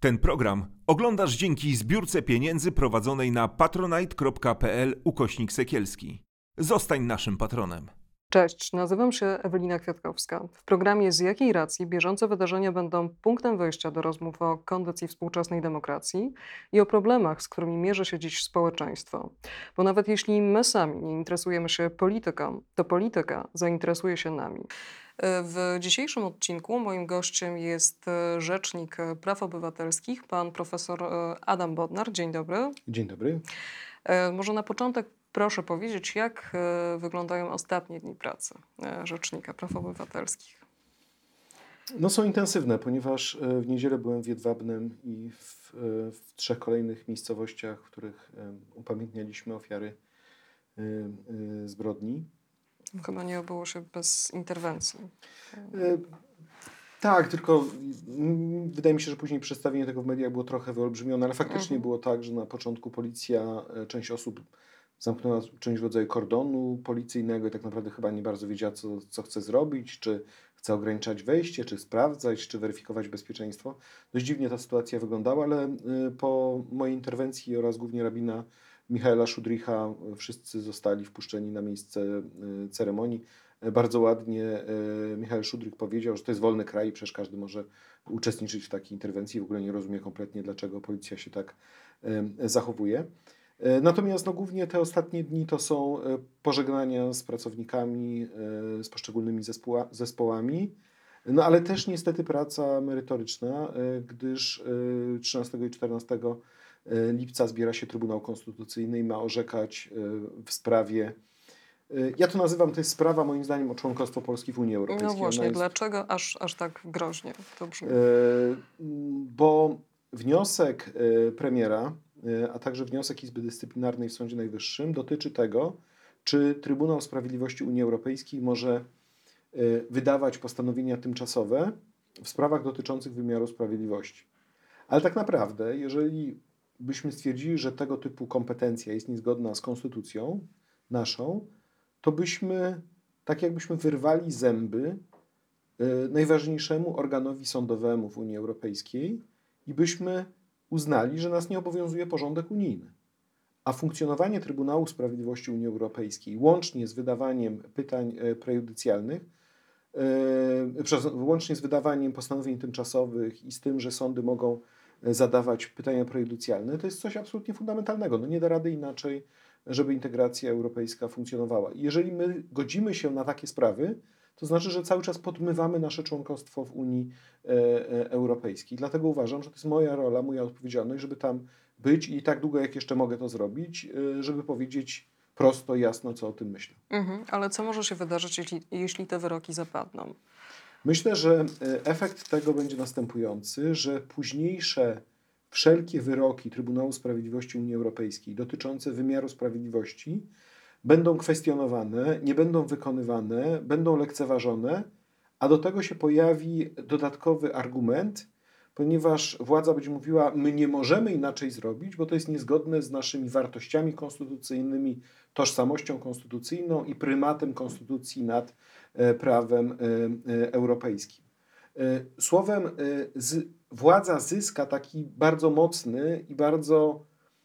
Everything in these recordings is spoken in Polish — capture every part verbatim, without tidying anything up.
Ten program oglądasz dzięki zbiórce pieniędzy prowadzonej na patronite.pl ukośnik Sekielski. Zostań naszym patronem. Cześć, nazywam się Ewelina Kwiatkowska. W programie Z jakiej racji bieżące wydarzenia będą punktem wyjścia do rozmów o kondycji współczesnej demokracji i o problemach, z którymi mierzy się dziś społeczeństwo. Bo nawet jeśli my sami nie interesujemy się polityką, to polityka zainteresuje się nami. W dzisiejszym odcinku moim gościem jest Rzecznik Praw Obywatelskich, pan profesor Adam Bodnar. Dzień dobry. Dzień dobry. Może na początek proszę powiedzieć, jak wyglądają ostatnie dni pracy Rzecznika Praw Obywatelskich? No są intensywne, ponieważ w niedzielę byłem w Jedwabnem i w, w trzech kolejnych miejscowościach, w których upamiętnialiśmy ofiary zbrodni. Chyba nie obyło się bez interwencji. Tak, tylko wydaje mi się, że później przedstawienie tego w mediach było trochę wyolbrzymione, ale faktycznie mhm. było tak, że na początku policja, część osób zamknęła część rodzaju kordonu policyjnego i tak naprawdę chyba nie bardzo wiedziała, co, co chce zrobić, czy chce ograniczać wejście, czy sprawdzać, czy weryfikować bezpieczeństwo. Dość dziwnie ta sytuacja wyglądała, ale po mojej interwencji oraz głównie rabina Michaela Szudricha wszyscy zostali wpuszczeni na miejsce ceremonii. Bardzo ładnie Michał Szudrych powiedział, że to jest wolny kraj i przecież każdy może uczestniczyć w takiej interwencji. W ogóle nie rozumie kompletnie, dlaczego policja się tak zachowuje. Natomiast no, głównie te ostatnie dni to są pożegnania z pracownikami, z poszczególnymi zespoła, zespołami, no ale też niestety praca merytoryczna, gdyż trzynastego i czternastego lipca zbiera się Trybunał Konstytucyjny i ma orzekać w sprawie. Ja to nazywam, to jest sprawa moim zdaniem o członkostwo Polski w Unii Europejskiej. No właśnie, jest, dlaczego aż, aż tak groźnie to brzmi? Bo wniosek premiera, a także wniosek Izby Dyscyplinarnej w Sądzie Najwyższym dotyczy tego, czy Trybunał Sprawiedliwości Unii Europejskiej może wydawać postanowienia tymczasowe w sprawach dotyczących wymiaru sprawiedliwości. Ale tak naprawdę, jeżeli byśmy stwierdzili, że tego typu kompetencja jest niezgodna z konstytucją naszą, to byśmy, tak jakbyśmy wyrwali zęby najważniejszemu organowi sądowemu w Unii Europejskiej i byśmy uznali, że nas nie obowiązuje porządek unijny. A funkcjonowanie Trybunału Sprawiedliwości Unii Europejskiej, łącznie z wydawaniem pytań prejudycjalnych, yy, łącznie z wydawaniem postanowień tymczasowych i z tym, że sądy mogą zadawać pytania prejudycjalne, to jest coś absolutnie fundamentalnego. No nie da rady inaczej, żeby integracja europejska funkcjonowała. I jeżeli my godzimy się na takie sprawy, to znaczy, że cały czas podmywamy nasze członkostwo w Unii Europejskiej. Dlatego uważam, że to jest moja rola, moja odpowiedzialność, żeby tam być i tak długo, jak jeszcze mogę to zrobić, żeby powiedzieć prosto, jasno, co o tym myślę. Mhm, ale co może się wydarzyć, jeśli, jeśli te wyroki zapadną? Myślę, że efekt tego będzie następujący, że późniejsze wszelkie wyroki Trybunału Sprawiedliwości Unii Europejskiej dotyczące wymiaru sprawiedliwości będą kwestionowane, nie będą wykonywane, będą lekceważone, a do tego się pojawi dodatkowy argument, ponieważ władza będzie mówiła, my nie możemy inaczej zrobić, bo to jest niezgodne z naszymi wartościami konstytucyjnymi, tożsamością konstytucyjną i prymatem konstytucji nad prawem europejskim. Słowem, z, władza zyska taki bardzo mocny i bardzo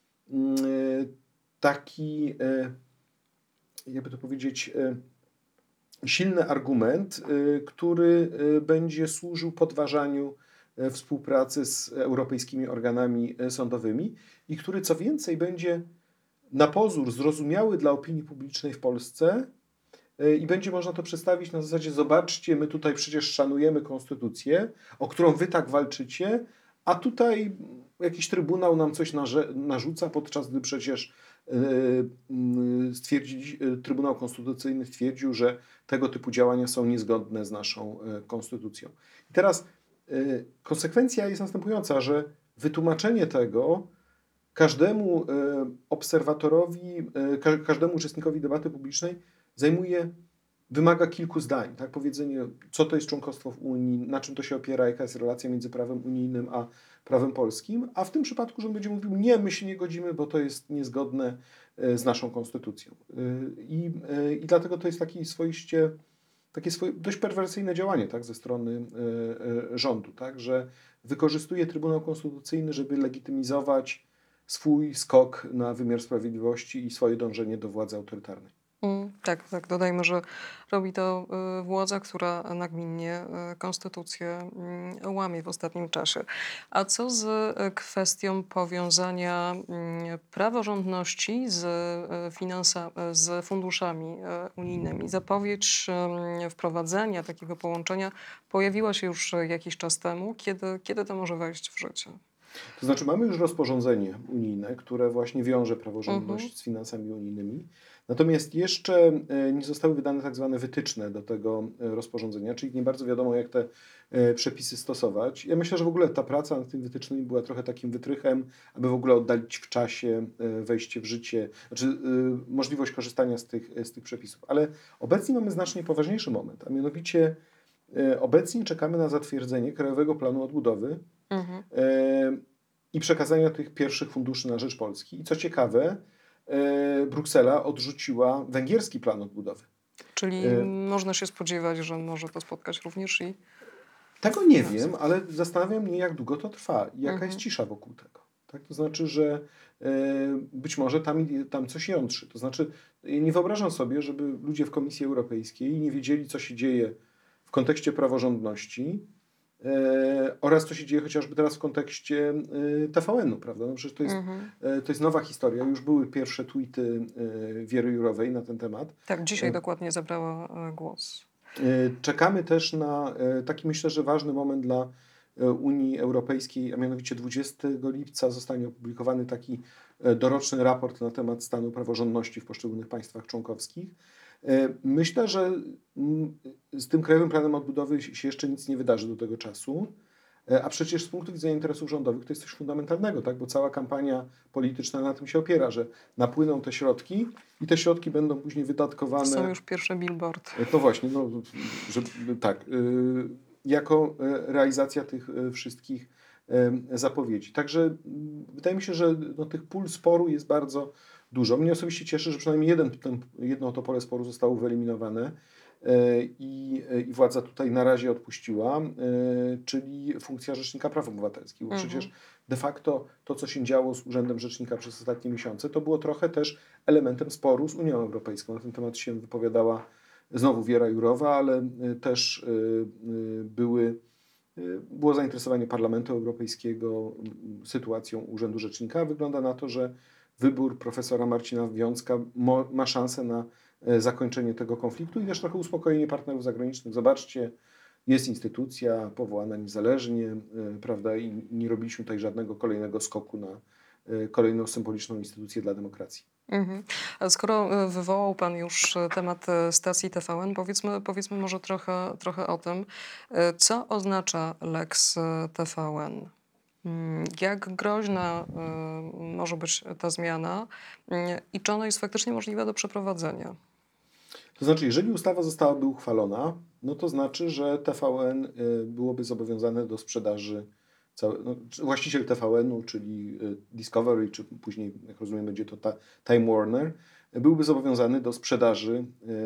taki, jakby to powiedzieć, silny argument, który będzie służył podważaniu współpracy z europejskimi organami sądowymi i który co więcej będzie na pozór zrozumiały dla opinii publicznej w Polsce i będzie można to przedstawić na zasadzie zobaczcie, my tutaj przecież szanujemy konstytucję, o którą wy tak walczycie, a tutaj jakiś trybunał nam coś narzuca, podczas gdy przecież stwierdzili, Trybunał Konstytucyjny stwierdził, że tego typu działania są niezgodne z naszą konstytucją. I teraz konsekwencja jest następująca, że wytłumaczenie tego każdemu obserwatorowi, każdemu uczestnikowi debaty publicznej zajmuje, wymaga kilku zdań. Tak? Powiedzenie, co to jest członkostwo w Unii, na czym to się opiera, jaka jest relacja między prawem unijnym a prawem polskim, a w tym przypadku rząd będzie mówił, nie, my się nie godzimy, bo to jest niezgodne z naszą konstytucją. I, i dlatego to jest taki swoiście takie swoje dość perwersyjne działanie, tak, ze strony y, y, rządu, tak, że wykorzystuje Trybunał Konstytucyjny, żeby legitymizować swój skok na wymiar sprawiedliwości i swoje dążenie do władzy autorytarnej. Mm, tak, tak. Dodajmy, że robi to y, władza, która nagminnie y, konstytucję y, łamie w ostatnim czasie. A co z y, kwestią powiązania y, praworządności z, y, finansa, y, z funduszami y, unijnymi? Zapowiedź y, wprowadzenia takiego połączenia pojawiła się już y, jakiś czas temu. Kiedy, kiedy to może wejść w życie? To znaczy mamy już rozporządzenie unijne, które właśnie wiąże praworządność Mhm. z finansami unijnymi. Natomiast jeszcze e, nie zostały wydane tak zwane wytyczne do tego e, rozporządzenia, czyli nie bardzo wiadomo, jak te e, przepisy stosować. Ja myślę, że w ogóle ta praca nad tymi wytycznymi była trochę takim wytrychem, aby w ogóle oddalić w czasie e, wejście w życie, znaczy e, możliwość korzystania z tych, z tych przepisów. Ale obecnie mamy znacznie poważniejszy moment, a mianowicie e, obecnie czekamy na zatwierdzenie Krajowego Planu Odbudowy Mhm. e, i przekazania tych pierwszych funduszy na rzecz Polski. I co ciekawe, e, Bruksela odrzuciła węgierski plan odbudowy. Czyli E, można się spodziewać, że może to spotkać również i Tego nie nas. wiem, ale zastanawiam mnie, jak długo to trwa i jaka Mhm. jest cisza wokół tego. Tak? To znaczy, że e, być może tam, tam coś jątrzy. To znaczy, ja nie wyobrażam sobie, żeby ludzie w Komisji Europejskiej nie wiedzieli, co się dzieje w kontekście praworządności e, oraz co się dzieje chociażby teraz w kontekście e, T V N-u, prawda? No przecież to jest, Mhm. e, to jest nowa historia. Już były pierwsze tweety e, Wiery Jourowej na ten temat. Tak, dzisiaj E, dokładnie zabrała e, głos. E, Czekamy też na e, taki, myślę, że ważny moment dla e, Unii Europejskiej, a mianowicie dwudziestego lipca zostanie opublikowany taki e, doroczny raport na temat stanu praworządności w poszczególnych państwach członkowskich. E, Myślę, że mm, z tym Krajowym Planem Odbudowy się jeszcze nic nie wydarzy do tego czasu. E, A przecież z punktu widzenia interesów rządowych to jest coś fundamentalnego, tak? Bo cała kampania polityczna na tym się opiera, że napłyną te środki i te środki będą później wydatkowane. Są już pierwsze billboardy. To właśnie, no, że, tak, y, jako y, realizacja tych y, wszystkich y, zapowiedzi. Także y, wydaje mi się, że no, tych pól sporu jest bardzo dużo. Mnie osobiście cieszy, że przynajmniej jeden, ten, jedno to pole sporu zostało wyeliminowane y, i, i władza tutaj na razie odpuściła, y, czyli funkcja Rzecznika Praw Obywatelskich. Bo Mhm. przecież de facto to, co się działo z Urzędem Rzecznika przez ostatnie miesiące, to było trochę też elementem sporu z Unią Europejską. Na ten temat się wypowiadała znowu Wiera Jourowa, ale y, też y, y, były, y, było zainteresowanie Parlamentu Europejskiego y, sytuacją Urzędu Rzecznika. Wygląda na to, że wybór profesora Marcina Wiącka mo, ma szansę na y, zakończenie tego konfliktu i też trochę uspokojenie partnerów zagranicznych. Zobaczcie, jest instytucja powołana niezależnie, y, prawda, i nie robiliśmy tutaj żadnego kolejnego skoku na y, kolejną symboliczną instytucję dla demokracji. Mhm. A skoro e, wywołał Pan już e, temat e, stacji T V N, powiedzmy, powiedzmy może trochę, trochę o tym, e, co oznacza Lex e, T V N. Mm, Jak groźna e, może być ta zmiana mm, i czy ona jest faktycznie możliwa do przeprowadzenia? To znaczy, jeżeli ustawa zostałaby uchwalona, no to znaczy, że T V N y, byłoby zobowiązane do sprzedaży, całe, no, czy właściciel T V N-u, czyli y, Discovery, czy później, jak rozumiem, będzie to ta Time Warner, y, byłby zobowiązany do sprzedaży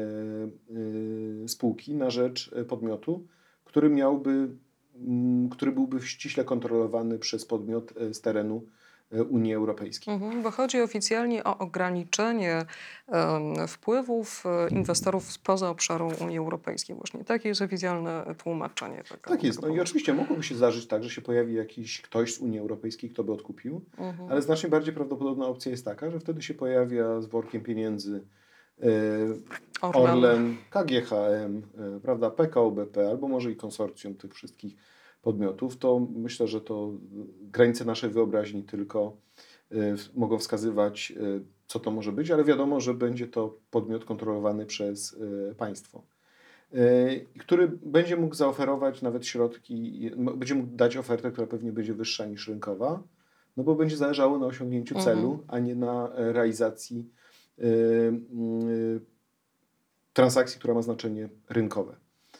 y, y, spółki na rzecz y, podmiotu, który miałby, mm, który byłby ściśle kontrolowany przez podmiot y, z terenu y, Unii Europejskiej. Mhm, bo chodzi oficjalnie o ograniczenie em, wpływów e, inwestorów spoza obszaru Unii Europejskiej. Właśnie takie jest oficjalne tłumaczenie tego. Tak jest. tego No i pomysłu. oczywiście mogłoby się zdarzyć tak, że się pojawi jakiś ktoś z Unii Europejskiej, kto by odkupił, Mhm. ale znacznie bardziej prawdopodobna opcja jest taka, że wtedy się pojawia z workiem pieniędzy e, Orlen. Orlen, K G H M, e, prawda, P K O B P, albo może i konsorcjum tych wszystkich podmiotów. To myślę, że to granice naszej wyobraźni tylko e, w- mogą wskazywać, e, co to może być, ale wiadomo, że będzie to podmiot kontrolowany przez e, państwo. y, który będzie mógł zaoferować nawet środki, i- m- będzie mógł dać ofertę, która pewnie będzie wyższa niż rynkowa, no bo będzie zależało na osiągnięciu Mhm. celu, a nie na e, realizacji y, y, transakcji, która ma znaczenie rynkowe.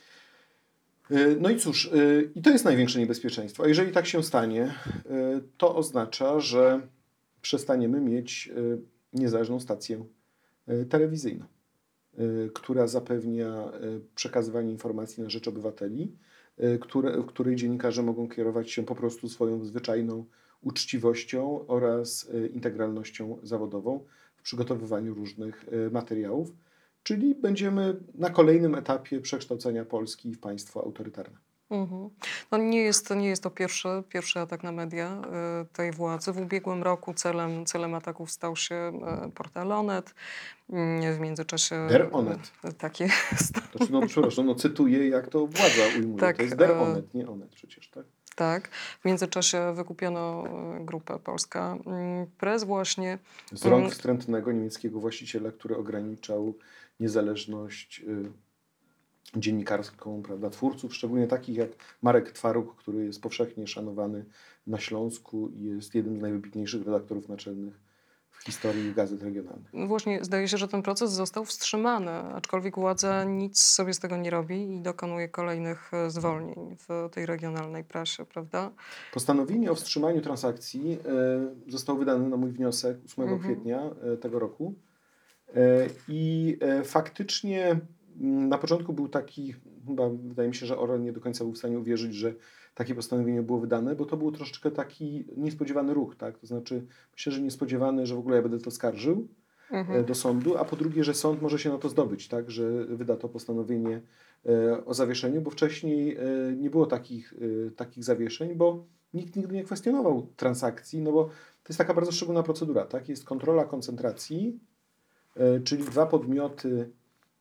Y, No i cóż, y, i to jest największe niebezpieczeństwo. A jeżeli tak się stanie, y, to oznacza, że przestaniemy mieć y, niezależną stację y, telewizyjną. która zapewnia przekazywanie informacji na rzecz obywateli, które, w której dziennikarze mogą kierować się po prostu swoją zwyczajną uczciwością oraz integralnością zawodową w przygotowywaniu różnych materiałów, czyli będziemy na kolejnym etapie przekształcenia Polski w państwo autorytarne. Mhm. No nie jest, nie jest to pierwszy, pierwszy atak na media y, tej władzy. W ubiegłym roku celem, celem ataków stał się y, portal Onet. Mm, W międzyczasie... Der Onet. y, Tak jest. Znaczy, no przepraszam, no cytuję, jak to władza ujmuje. Tak, To jest Der e, Onet, nie Onet przecież, tak? Tak. W międzyczasie wykupiono y, grupę Polska mm, Press właśnie. Z rąk Mm, wstrętnego niemieckiego właściciela, który ograniczał niezależność y, dziennikarską, prawda, twórców, szczególnie takich jak Marek Twaruk, który jest powszechnie szanowany na Śląsku i jest jednym z najwybitniejszych redaktorów naczelnych w historii gazet regionalnych. No Właśnie zdaje się, że ten proces został wstrzymany, aczkolwiek władza nic sobie z tego nie robi i dokonuje kolejnych e, zwolnień w tej regionalnej prasie, prawda? Postanowienie o wstrzymaniu transakcji y, zostało wydane na mój wniosek ósmego Mhm. kwietnia y, tego roku. E, I e, faktycznie m, na początku był taki, chyba wydaje mi się, że Orlen nie do końca był w stanie uwierzyć, że takie postanowienie było wydane, bo to był troszeczkę taki niespodziewany ruch, tak? To znaczy, myślę, że niespodziewany, że w ogóle ja będę to skarżył e, Mhm. do sądu, a po drugie, że sąd może się na to zdobyć, tak? Że wyda to postanowienie e, o zawieszeniu, bo wcześniej e, nie było takich, e, takich zawieszeń, bo nikt nigdy nie kwestionował transakcji, no bo to jest taka bardzo szczególna procedura, tak? Jest kontrola koncentracji, czyli dwa podmioty,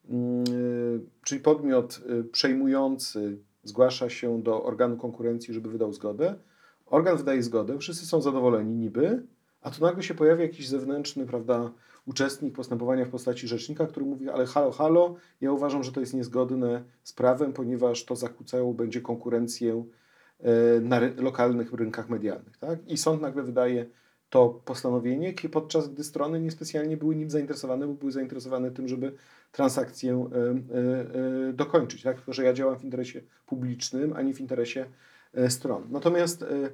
czyli podmiot przejmujący zgłasza się do organu konkurencji, żeby wydał zgodę. Organ wydaje zgodę, wszyscy są zadowoleni niby, a tu nagle się pojawia jakiś zewnętrzny, prawda, uczestnik postępowania w postaci rzecznika, który mówi, ale halo, halo, ja uważam, że to jest niezgodne z prawem, ponieważ to zakłócało będzie konkurencję na ry- lokalnych rynkach medialnych. Tak? I sąd nagle wydaje to postanowienie, kie- podczas gdy strony niespecjalnie były nim zainteresowane, bo były zainteresowane tym, żeby transakcję e, e, e, dokończyć. Tak? Tylko że ja działam w interesie publicznym, a nie w interesie e, stron. Natomiast e,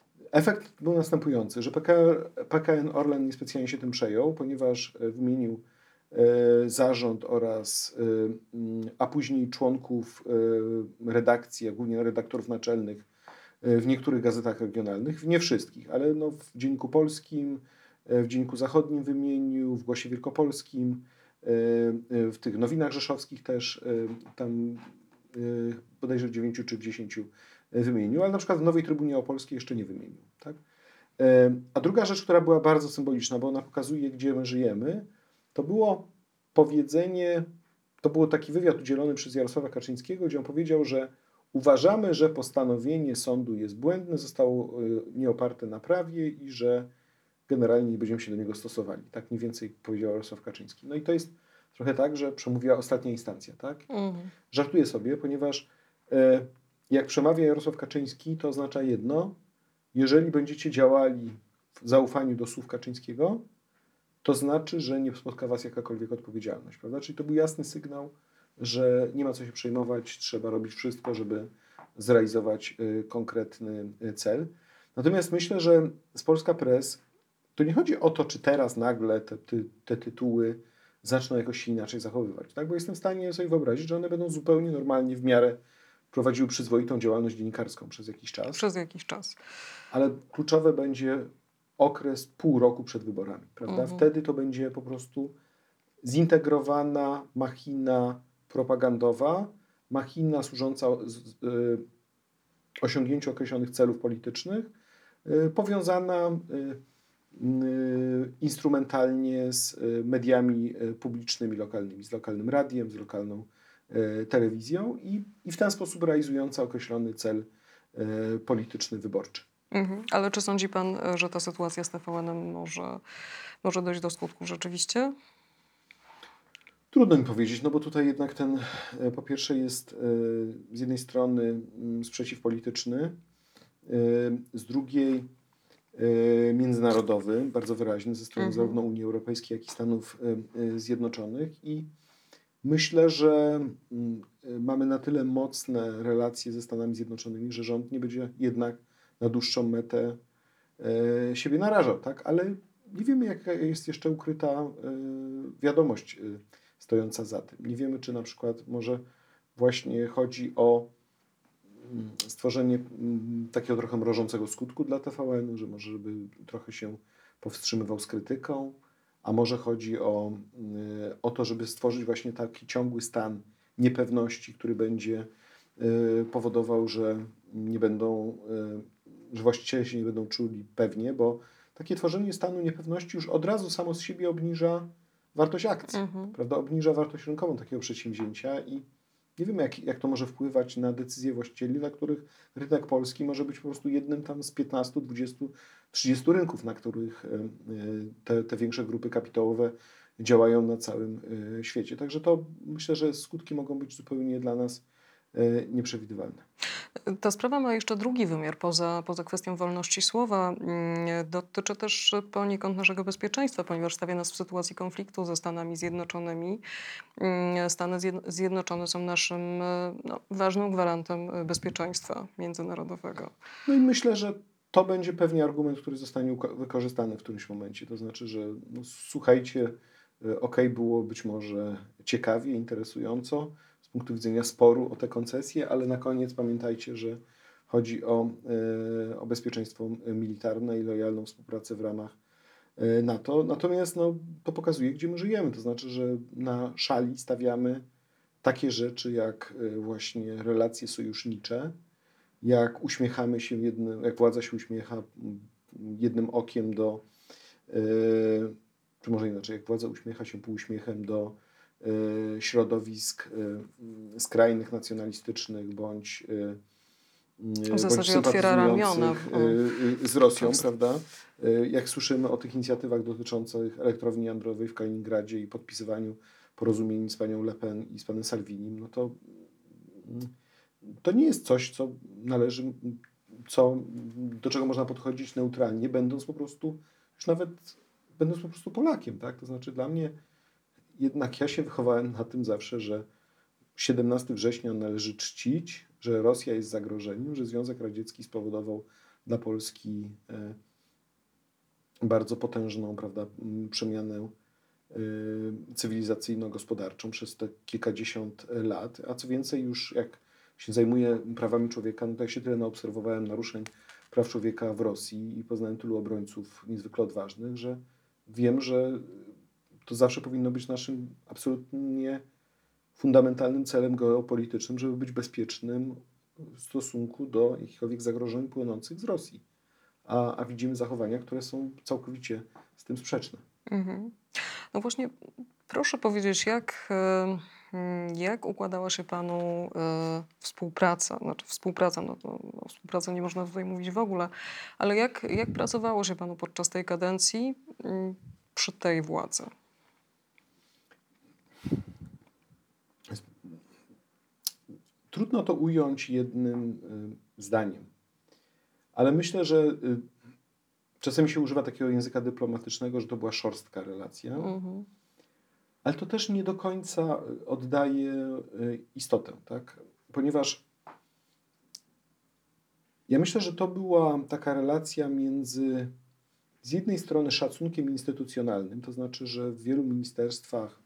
efekt był następujący, że P K, P K N Orlen niespecjalnie się tym przejął, ponieważ e, wymienił e, zarząd oraz, e, mm, a później członków e, redakcji, a głównie redaktorów naczelnych e, w niektórych gazetach regionalnych, w nie wszystkich, ale no w Dzienniku Polskim, e, w Dzienniku Zachodnim wymienił, w Głosie Wielkopolskim, e, e, w tych nowinach rzeszowskich też e, tam e, bodajże w dziewięciu czy w dziesięciu wymienił, ale na przykład w Nowej Trybunie Opolskiej jeszcze nie wymienił. Tak? E, A druga rzecz, która była bardzo symboliczna, bo ona pokazuje, gdzie my żyjemy, to było powiedzenie, to był taki wywiad udzielony przez Jarosława Kaczyńskiego, gdzie on powiedział, że uważamy, że postanowienie sądu jest błędne, zostało y, nieoparte na prawie i że generalnie nie będziemy się do niego stosowali. Tak mniej więcej powiedział Jarosław Kaczyński. No i to jest trochę tak, że przemówiła ostatnia instancja. Tak? Mhm. Żartuję sobie, ponieważ e, jak przemawia Jarosław Kaczyński, to oznacza jedno, jeżeli będziecie działali w zaufaniu do słów Kaczyńskiego, to znaczy, że nie spotka was jakakolwiek odpowiedzialność, prawda? Czyli to był jasny sygnał, że nie ma co się przejmować, trzeba robić wszystko, żeby zrealizować y, konkretny y, cel. Natomiast myślę, że z Polska Press to nie chodzi o to, czy teraz nagle te, ty, te tytuły zaczną jakoś się inaczej zachowywać, tak? Bo jestem w stanie sobie wyobrazić, że one będą zupełnie normalnie w miarę prowadziły przyzwoitą działalność dziennikarską przez jakiś czas, Przez jakiś czas. ale kluczowe będzie okres pół roku przed wyborami, prawda? Mhm. Wtedy to będzie po prostu zintegrowana machina propagandowa, machina służąca z, z, y, osiągnięciu określonych celów politycznych, y, powiązana y, y, instrumentalnie z y, mediami y, publicznymi lokalnymi, z lokalnym radiem, z lokalną y, telewizją i, i w ten sposób realizująca określony cel y, polityczny, wyborczy. Mhm. Ale czy sądzi pan, e, że ta sytuacja z T V N-em może, może dojść do skutku rzeczywiście? Trudno mi powiedzieć, no bo tutaj jednak ten, e, po pierwsze jest e, z jednej strony mm, sprzeciw polityczny, e, z drugiej e, międzynarodowy, bardzo wyraźny ze strony Mhm. zarówno Unii Europejskiej, jak i Stanów e, e, Zjednoczonych i myślę, że mm, e, mamy na tyle mocne relacje ze Stanami Zjednoczonymi, że rząd nie będzie jednak na dłuższą metę e, siebie narażał, tak? Ale nie wiemy, jaka jest jeszcze ukryta e, wiadomość e, stojąca za tym. Nie wiemy, czy na przykład może właśnie chodzi o mm, stworzenie mm, takiego trochę mrożącego skutku dla T V N-u, że może żeby trochę się powstrzymywał z krytyką, a może chodzi o, y, o to, żeby stworzyć właśnie taki ciągły stan niepewności, który będzie y, powodował, że nie będą, y, że właściciele się nie będą czuli pewnie, bo takie tworzenie stanu niepewności już od razu samo z siebie obniża wartość akcji, Mhm. prawda? Obniża wartość rynkową takiego przedsięwzięcia i nie wiemy, jak, jak to może wpływać na decyzje właścicieli, dla których rynek polski może być po prostu jednym tam z piętnastu, dwudziestu, trzydziestu rynków, na których y, te, te większe grupy kapitałowe działają na całym y, świecie. Także to myślę, że skutki mogą być zupełnie dla nas y, nieprzewidywalne. Ta sprawa ma jeszcze drugi wymiar poza, poza kwestią wolności słowa. Mm, Dotyczy też poniekąd naszego bezpieczeństwa, ponieważ stawia nas w sytuacji konfliktu ze Stanami Zjednoczonymi. Mm, Stany Zjedno- Zjednoczone są naszym e, no, ważnym gwarantem e, bezpieczeństwa międzynarodowego. No i myślę, że to będzie pewnie argument, który zostanie uko- wykorzystany w którymś momencie. To znaczy, że no, słuchajcie, y, okej, było być może ciekawie, interesująco z punktu widzenia sporu o te koncesje, ale na koniec pamiętajcie, że chodzi o, y, o bezpieczeństwo militarne i lojalną współpracę w ramach y, NATO. Natomiast no, to pokazuje, gdzie my żyjemy. To znaczy, że na szali stawiamy takie rzeczy jak y, właśnie relacje sojusznicze, jak uśmiechamy się jednym, jak władza się uśmiecha mm, jednym okiem do, yy, czy może inaczej, jak władza uśmiecha się półuśmiechem do yy, środowisk yy, skrajnych, nacjonalistycznych bądź, yy, W bądź zasadzie otwiera ramiona. sympatyzujących o, yy, yy, z Rosją, to jest- prawda? Yy, Jak słyszymy o tych inicjatywach dotyczących elektrowni jądrowej w Kaliningradzie i podpisywaniu porozumień z panią Le Pen i z panem Salvinim, no to mm, to nie jest coś, co należy, co, do czego można podchodzić neutralnie, będąc po prostu, już nawet będąc po prostu Polakiem, tak? To znaczy dla mnie, jednak ja się wychowałem na tym zawsze, że siedemnastego września należy czcić, że Rosja jest zagrożeniem, że Związek Radziecki spowodował dla Polski e, bardzo potężną, prawda, m, przemianę y, cywilizacyjno-gospodarczą przez te kilkadziesiąt lat, a co więcej już jak się zajmuję prawami człowieka, no to ja się tyle naobserwowałem naruszeń praw człowieka w Rosji i poznałem tylu obrońców niezwykle odważnych, że wiem, że to zawsze powinno być naszym absolutnie fundamentalnym celem geopolitycznym, żeby być bezpiecznym w stosunku do jakichkolwiek zagrożeń płynących z Rosji. A, a widzimy zachowania, które są całkowicie z tym sprzeczne. Mhm. No właśnie, proszę powiedzieć, jak, e, mm, jak układała się panu e, współpraca? Znaczy współpraca, no to o współpracy nie można tutaj mówić w ogóle, ale jak, jak pracowało się panu podczas tej kadencji mm, przy tej władzy? Trudno to ująć jednym y, zdaniem, ale myślę, że y, czasami się używa takiego języka dyplomatycznego, że to była szorstka relacja, Mhm. ale to też nie do końca y, oddaje y, istotę, tak? Ponieważ ja myślę, że to była taka relacja między z jednej strony szacunkiem instytucjonalnym, to znaczy, że w wielu ministerstwach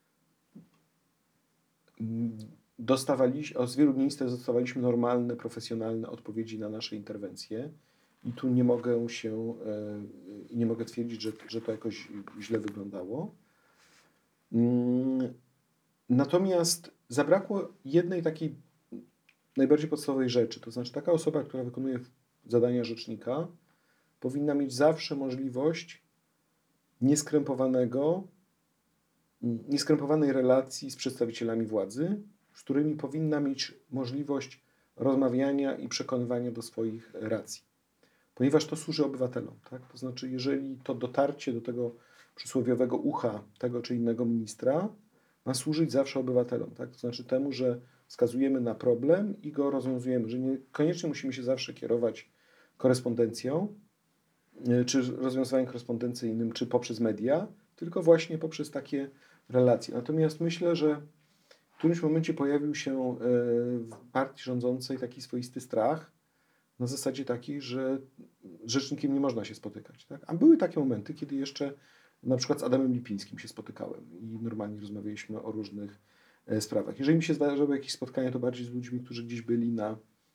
mm, dostawaliśmy, od wielu ministerstw dostawaliśmy normalne, profesjonalne odpowiedzi na nasze interwencje. I tu nie mogę się, e, nie mogę twierdzić, że, że to jakoś źle wyglądało. Mm, Natomiast zabrakło jednej takiej najbardziej podstawowej rzeczy. To znaczy taka osoba, która wykonuje zadania rzecznika, powinna mieć zawsze możliwość nieskrępowanego, nieskrępowanej relacji z przedstawicielami władzy, z którymi powinna mieć możliwość rozmawiania i przekonywania do swoich racji. Ponieważ to służy obywatelom. Tak? To znaczy, jeżeli to dotarcie do tego przysłowiowego ucha tego czy innego ministra ma służyć zawsze obywatelom. Tak? To znaczy temu, że wskazujemy na problem i go rozwiązujemy, że niekoniecznie musimy się zawsze kierować korespondencją, czy rozwiązywaniem korespondencyjnym, czy poprzez media, tylko właśnie poprzez takie relacje. Natomiast myślę, że w którymś momencie pojawił się w partii rządzącej taki swoisty strach, na zasadzie takiej, że z rzecznikiem nie można się spotykać. Tak? A były takie momenty, kiedy jeszcze Na przykład z Adamem Lipińskim się spotykałem i normalnie rozmawialiśmy o różnych e, sprawach. Jeżeli mi się zdarzały jakieś spotkania, to bardziej z ludźmi, którzy gdzieś byli na, e,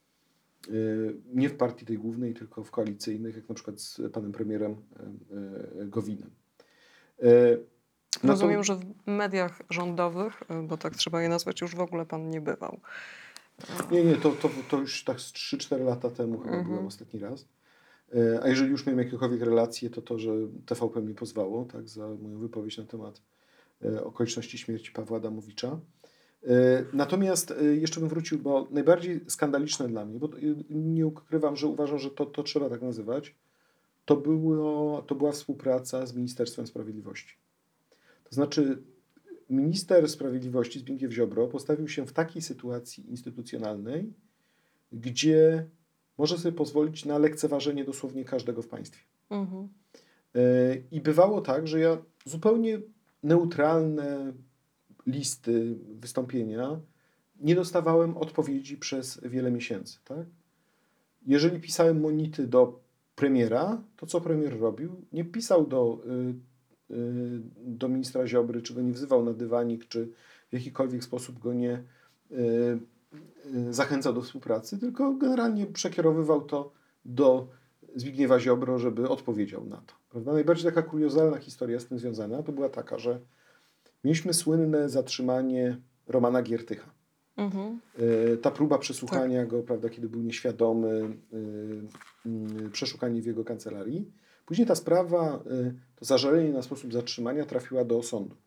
nie w partii tej głównej, tylko w koalicyjnych, jak na przykład z panem premierem e, e, Gowinem. E, no Rozumiem, to, że w mediach rządowych, y, bo tak trzeba je nazwać, już w ogóle pan nie bywał. nie, nie, to, to, to już tak z trzy cztery lata temu chyba Mhm. byłem ostatni raz. E, A jeżeli już miałem jakiekolwiek relacje, to to, że T V P mnie pozwało, tak, za moją wypowiedź na temat e, okoliczności śmierci Pawła Adamowicza. E, Natomiast e, jeszcze bym wrócił, bo najbardziej skandaliczne dla mnie, bo to, e, nie ukrywam, że uważam, że to, to trzeba tak nazywać, to, było, to była współpraca z Ministerstwem Sprawiedliwości. To znaczy minister sprawiedliwości Zbigniew Ziobro postawił się w takiej sytuacji instytucjonalnej, gdzie może sobie pozwolić na lekceważenie dosłownie każdego w państwie. Mhm. E, I bywało tak, że ja zupełnie neutralne listy, wystąpienia nie dostawałem odpowiedzi przez wiele miesięcy. Tak? Jeżeli pisałem monity do premiera, to co premier robił? Nie pisał do, y, y, do ministra Ziobry, czy go nie wzywał na dywanik, czy w jakikolwiek sposób go nie y, y, zachęcał do współpracy, tylko generalnie przekierowywał to do Zbigniewa Ziobro, żeby odpowiedział na to. Prawda? Najbardziej taka kuriozalna historia z tym związana to była taka, że mieliśmy słynne zatrzymanie Romana Giertycha. Mhm. Y, Ta próba przesłuchania go, prawda, kiedy był nieświadomy, y, y, przeszukanie w jego kancelarii. Później ta sprawa, y, to zażalenie na sposób zatrzymania trafiła do sądu.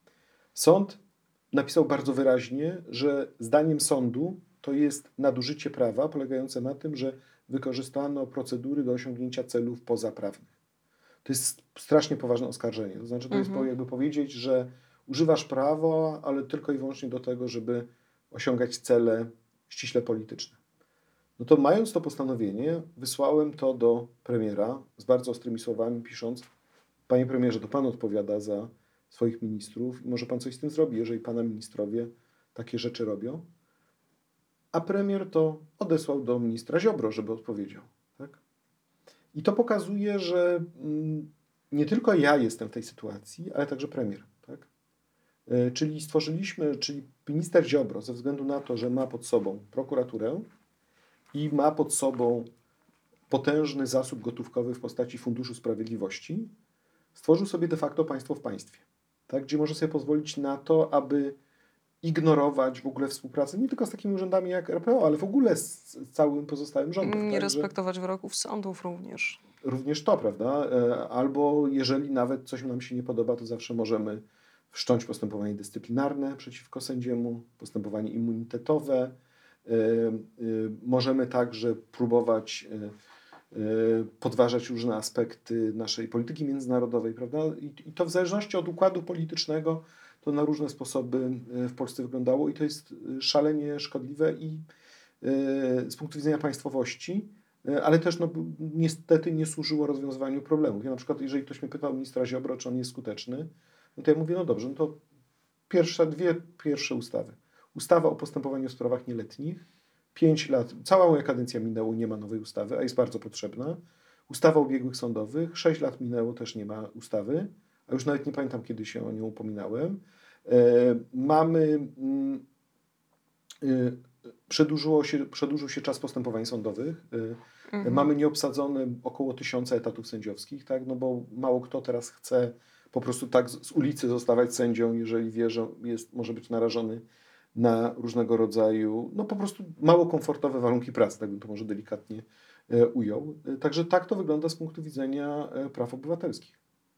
Sąd napisał bardzo wyraźnie, że zdaniem sądu to jest nadużycie prawa polegające na tym, że wykorzystano procedury do osiągnięcia celów pozaprawnych. To jest strasznie poważne oskarżenie. To znaczy, to jest Mhm. jakby powiedzieć, że używasz prawa, ale tylko i wyłącznie do tego, żeby osiągać cele ściśle polityczne. No to mając to postanowienie, wysłałem to do premiera z bardzo ostrymi słowami, pisząc: panie premierze, to pan odpowiada za swoich ministrów i może pan coś z tym zrobi, jeżeli pana ministrowie takie rzeczy robią. A premier to odesłał do ministra Ziobro, żeby odpowiedział. Tak? I to pokazuje, że mm, nie tylko ja jestem w tej sytuacji, ale także premier. Tak? E, Czyli stworzyliśmy, czyli minister Ziobro, ze względu na to, że ma pod sobą prokuraturę i ma pod sobą potężny zasób gotówkowy w postaci Funduszu Sprawiedliwości, stworzył sobie de facto państwo w państwie, tak? Gdzie może sobie pozwolić na to, aby ignorować w ogóle współpracę nie tylko z takimi urzędami jak R P O, ale w ogóle z całym pozostałym rządem. Nie Tak? Że respektować wyroków sądów również. również to, prawda? E, Albo jeżeli nawet coś nam się nie podoba, to zawsze możemy wszcząć postępowanie dyscyplinarne przeciwko sędziemu, postępowanie immunitetowe. E, e, Możemy także próbować e, e, podważać różne aspekty naszej polityki międzynarodowej, prawda? I, I to w zależności od układu politycznego to na różne sposoby e, w Polsce wyglądało i to jest szalenie szkodliwe i e, z punktu widzenia państwowości, e, ale też no, niestety nie służyło rozwiązywaniu problemów. Ja na przykład, jeżeli ktoś mnie pytał ministra Ziobro, czy on jest skuteczny, no to ja mówię, no dobrze, no to pierwsze, dwie pierwsze ustawy. Ustawa o postępowaniu w sprawach nieletnich. Pięć lat, cała moja kadencja minęło, nie ma nowej ustawy, a jest bardzo potrzebna. Ustawa o biegłych sądowych. Sześć lat minęło, też nie ma ustawy, a już nawet nie pamiętam, kiedy się o nią upominałem. E, mamy... Mm, y, Przedłużyło się, przedłużył się czas postępowań sądowych. Y, Mhm. Mamy nieobsadzone około tysiąca etatów sędziowskich, tak? No bo mało kto teraz chce po prostu tak z, z ulicy zostawać sędzią, jeżeli wie, że jest, może być narażony na różnego rodzaju, no po prostu mało komfortowe warunki pracy, tak bym to może delikatnie e, ujął. E, Także tak to wygląda z punktu widzenia e, praw obywatelskich.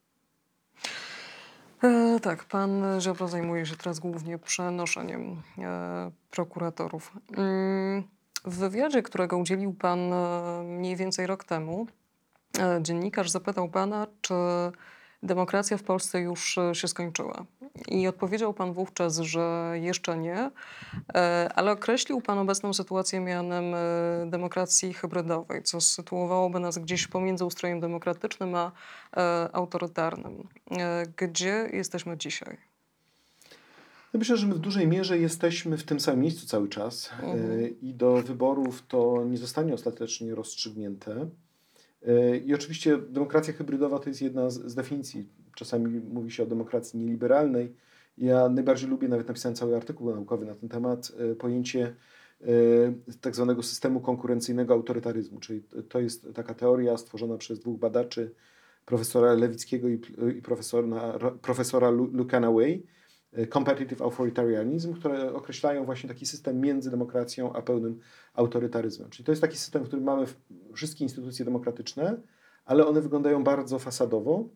E, tak, pan Ziobro zajmuje się teraz głównie przenoszeniem e, prokuratorów. Mm, W wywiadzie, którego udzielił pan e, mniej więcej rok temu, e, dziennikarz zapytał pana, czy demokracja w Polsce już e, się skończyła. I odpowiedział pan wówczas, że jeszcze nie, e, ale określił pan obecną sytuację mianem e, demokracji hybrydowej, co sytuowałoby nas gdzieś pomiędzy ustrojem demokratycznym a e, autorytarnym. E, Gdzie jesteśmy dzisiaj? Ja myślę, że my w dużej mierze jesteśmy w tym samym miejscu cały czas e, Mhm. i do wyborów to nie zostanie ostatecznie rozstrzygnięte. E, I oczywiście demokracja hybrydowa to jest jedna z, z definicji czasami mówi się o demokracji nieliberalnej. Ja najbardziej lubię, nawet napisałem cały artykuł naukowy na ten temat, pojęcie tak zwanego systemu konkurencyjnego autorytaryzmu, czyli to jest taka teoria stworzona przez dwóch badaczy, profesora Lewickiego i, i profesora, profesora Lucana Way, competitive authoritarianism, które określają właśnie taki system między demokracją a pełnym autorytaryzmem. Czyli to jest taki system, w którym mamy wszystkie instytucje demokratyczne, ale one wyglądają bardzo fasadowo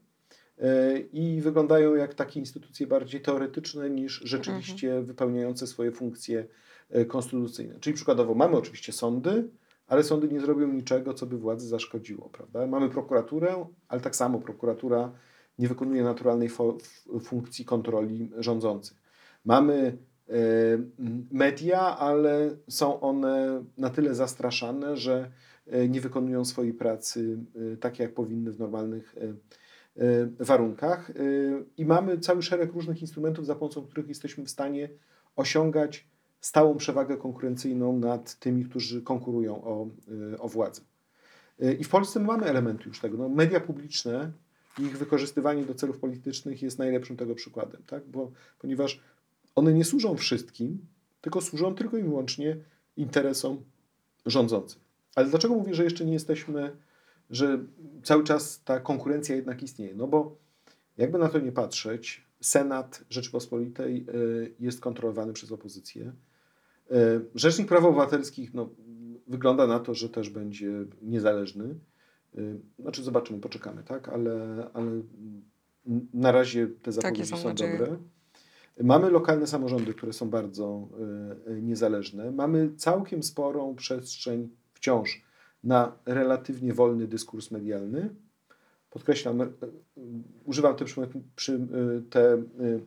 i wyglądają jak takie instytucje bardziej teoretyczne niż rzeczywiście mhm. wypełniające swoje funkcje konstytucyjne. Czyli przykładowo mamy oczywiście sądy, ale sądy nie zrobią niczego, co by władzy zaszkodziło, prawda? Mamy prokuraturę, ale tak samo prokuratura nie wykonuje naturalnej fo- funkcji kontroli rządzących. Mamy e, media, ale są one na tyle zastraszane, że e, nie wykonują swojej pracy e, tak, jak powinny w normalnych e, e, warunkach. E, I mamy cały szereg różnych instrumentów, za pomocą których jesteśmy w stanie osiągać stałą przewagę konkurencyjną nad tymi, którzy konkurują o, o władzę. I w Polsce mamy elementy już tego. No, media publiczne i ich wykorzystywanie do celów politycznych jest najlepszym tego przykładem, tak? Bo, ponieważ one nie służą wszystkim, tylko służą tylko i wyłącznie interesom rządzących. Ale dlaczego mówię, że jeszcze nie jesteśmy, że cały czas ta konkurencja jednak istnieje? No bo jakby na to nie patrzeć, Senat Rzeczypospolitej jest kontrolowany przez opozycję. Rzecznik Praw Obywatelskich no, wygląda na to, że też będzie niezależny. Znaczy zobaczymy, poczekamy, tak? Ale, ale na razie te zapowiedzi są, są dobre. Mamy lokalne samorządy, które są bardzo niezależne. Mamy całkiem sporą przestrzeń wciąż na relatywnie wolny dyskurs medialny. Podkreślam, używam te, przy, te,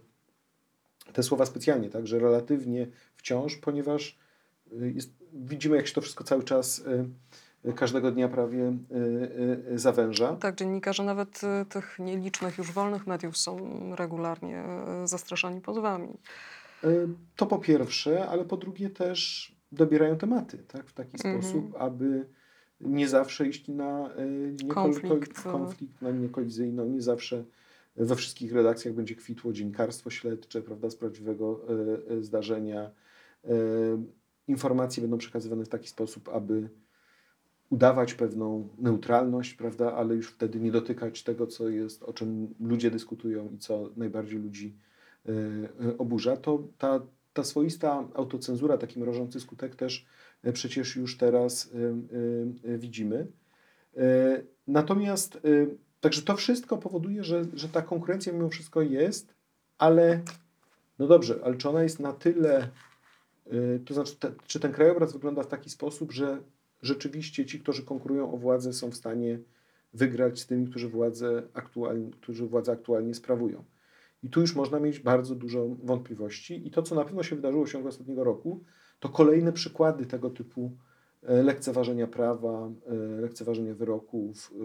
te słowa specjalnie, tak, że relatywnie wciąż, ponieważ jest, widzimy, jak się to wszystko cały czas każdego dnia prawie zawęża. Tak, dziennikarze nawet tych nielicznych już wolnych mediów są regularnie zastraszani pozwami. To po pierwsze, ale po drugie też dobierają tematy, tak, w taki mm-hmm. sposób, aby nie zawsze iść na nie konflikt, konflikt, na linię kolizyjną, nie zawsze we wszystkich redakcjach będzie kwitło dziennikarstwo śledcze, prawda, z prawdziwego e, zdarzenia. E, informacje będą przekazywane w taki sposób, aby udawać pewną neutralność, prawda, ale już wtedy nie dotykać tego, co jest, o czym ludzie dyskutują i co najbardziej ludzi e, oburza. To ta, ta swoista autocenzura, taki mrożący skutek też e, przecież już teraz e, e, widzimy. E, natomiast e, Także to wszystko powoduje, że, że ta konkurencja mimo wszystko jest, ale no dobrze, ale czy ona jest na tyle, yy, to znaczy, te, czy ten krajobraz wygląda w taki sposób, że rzeczywiście ci, którzy konkurują o władzę, są w stanie wygrać z tymi, którzy władzę aktualnie, którzy władzę aktualnie sprawują. I tu już można mieć bardzo dużo wątpliwości. I to, co na pewno się wydarzyło w ciągu ostatniego roku, to kolejne przykłady tego typu lekceważenia prawa, lekceważenia wyroków,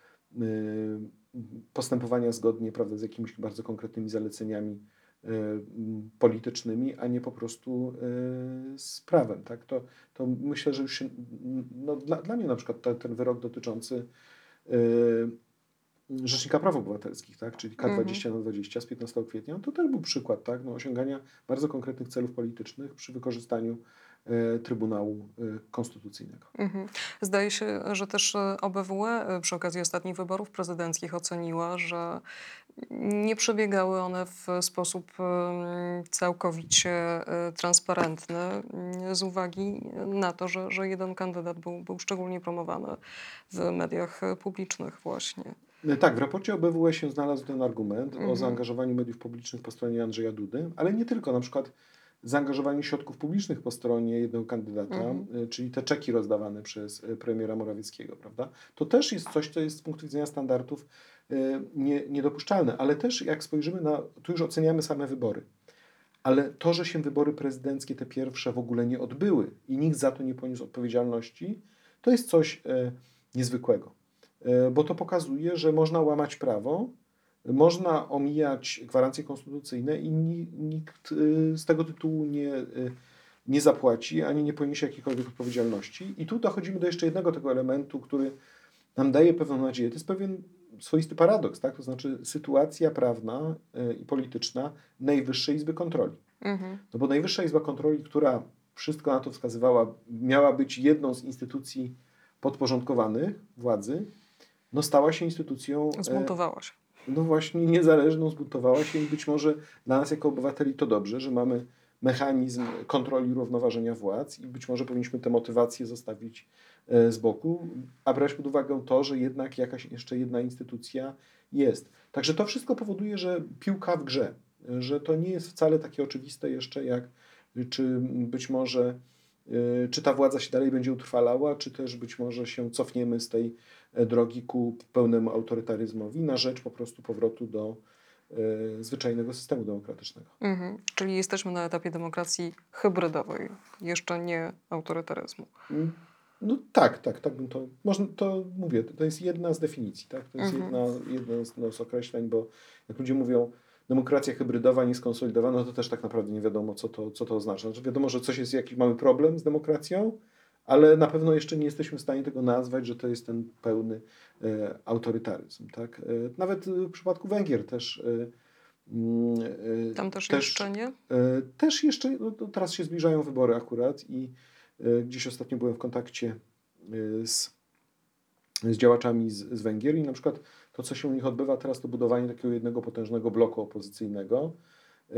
postępowania zgodnie, prawda, z jakimiś bardzo konkretnymi zaleceniami politycznymi, a nie po prostu z prawem. Tak? To, to myślę, że już się, no, dla, dla mnie na przykład ta, ten wyrok dotyczący Rzecznika Praw Obywatelskich, tak? Czyli K dwadzieścia na dwadzieścia z piętnastego kwietnia, to też był przykład, tak? No, osiągania bardzo konkretnych celów politycznych przy wykorzystaniu e, Trybunału e, Konstytucyjnego. Mhm. Zdaje się, że też O B W E przy okazji ostatnich wyborów prezydenckich oceniła, że nie przebiegały one w sposób całkowicie transparentny z uwagi na to, że, że jeden kandydat był, był szczególnie promowany w mediach publicznych właśnie. Tak, w raporcie O B W E się znalazł ten argument mhm. o zaangażowaniu mediów publicznych po stronie Andrzeja Dudy, ale nie tylko, na przykład zaangażowaniu środków publicznych po stronie jednego kandydata, mhm. czyli te czeki rozdawane przez premiera Morawieckiego, prawda? To też jest coś, co jest z punktu widzenia standardów nie, niedopuszczalne, ale też jak spojrzymy na, tu już oceniamy same wybory, ale to, że się wybory prezydenckie te pierwsze w ogóle nie odbyły i nikt za to nie poniósł odpowiedzialności, to jest coś e, niezwykłego, e, bo to pokazuje, że można łamać prawo, można omijać gwarancje konstytucyjne i ni, nikt e, z tego tytułu nie, e, nie zapłaci, ani nie poniesie jakiejkolwiek odpowiedzialności. I tu dochodzimy do jeszcze jednego tego elementu, który nam daje pewną nadzieję. To jest pewien swoisty paradoks, tak? To znaczy sytuacja prawna y, i polityczna Najwyższej Izby Kontroli. Mhm. No bo Najwyższa Izba Kontroli, która wszystko na to wskazywała, miała być jedną z instytucji podporządkowanych władzy, no stała się instytucją e, Zbuntowała się. no właśnie niezależną, zbuntowała się i być może dla nas jako obywateli to dobrze, że mamy mechanizm kontroli równoważenia władz i być może powinniśmy te motywacje zostawić e, z boku, a brać pod uwagę to, że jednak jakaś jeszcze jedna instytucja jest. Także to wszystko powoduje, że piłka w grze, że to nie jest wcale takie oczywiste jeszcze jak, czy być może y, czy ta władza się dalej będzie utrwalała, czy też być może się cofniemy z tej e, drogi ku pełnemu autorytaryzmowi na rzecz po prostu powrotu do e, zwyczajnego systemu demokratycznego. Mhm. Czyli jesteśmy na etapie demokracji hybrydowej, jeszcze nie autorytaryzmu. Mm, No tak, tak, tak bym to, można, to mówię, to jest jedna z definicji, tak? To jest Mhm. jedna, jedno z, no, z określeń, bo jak ludzie mówią demokracja hybrydowa, nieskonsolidowana, no to też tak naprawdę nie wiadomo, co to, co to oznacza. Znaczy wiadomo, że coś jest, jakiś mamy problem z demokracją, ale na pewno jeszcze nie jesteśmy w stanie tego nazwać, że to jest ten pełny e, autorytaryzm, tak? E, nawet w przypadku Węgier też e, mm, e, Tam też, też jeszcze nie? E, Też jeszcze, no to teraz się zbliżają wybory akurat i e, gdzieś ostatnio byłem w kontakcie e, z, z działaczami z, z Węgier i na przykład to, co się u nich odbywa teraz, to budowanie takiego jednego potężnego bloku opozycyjnego. E,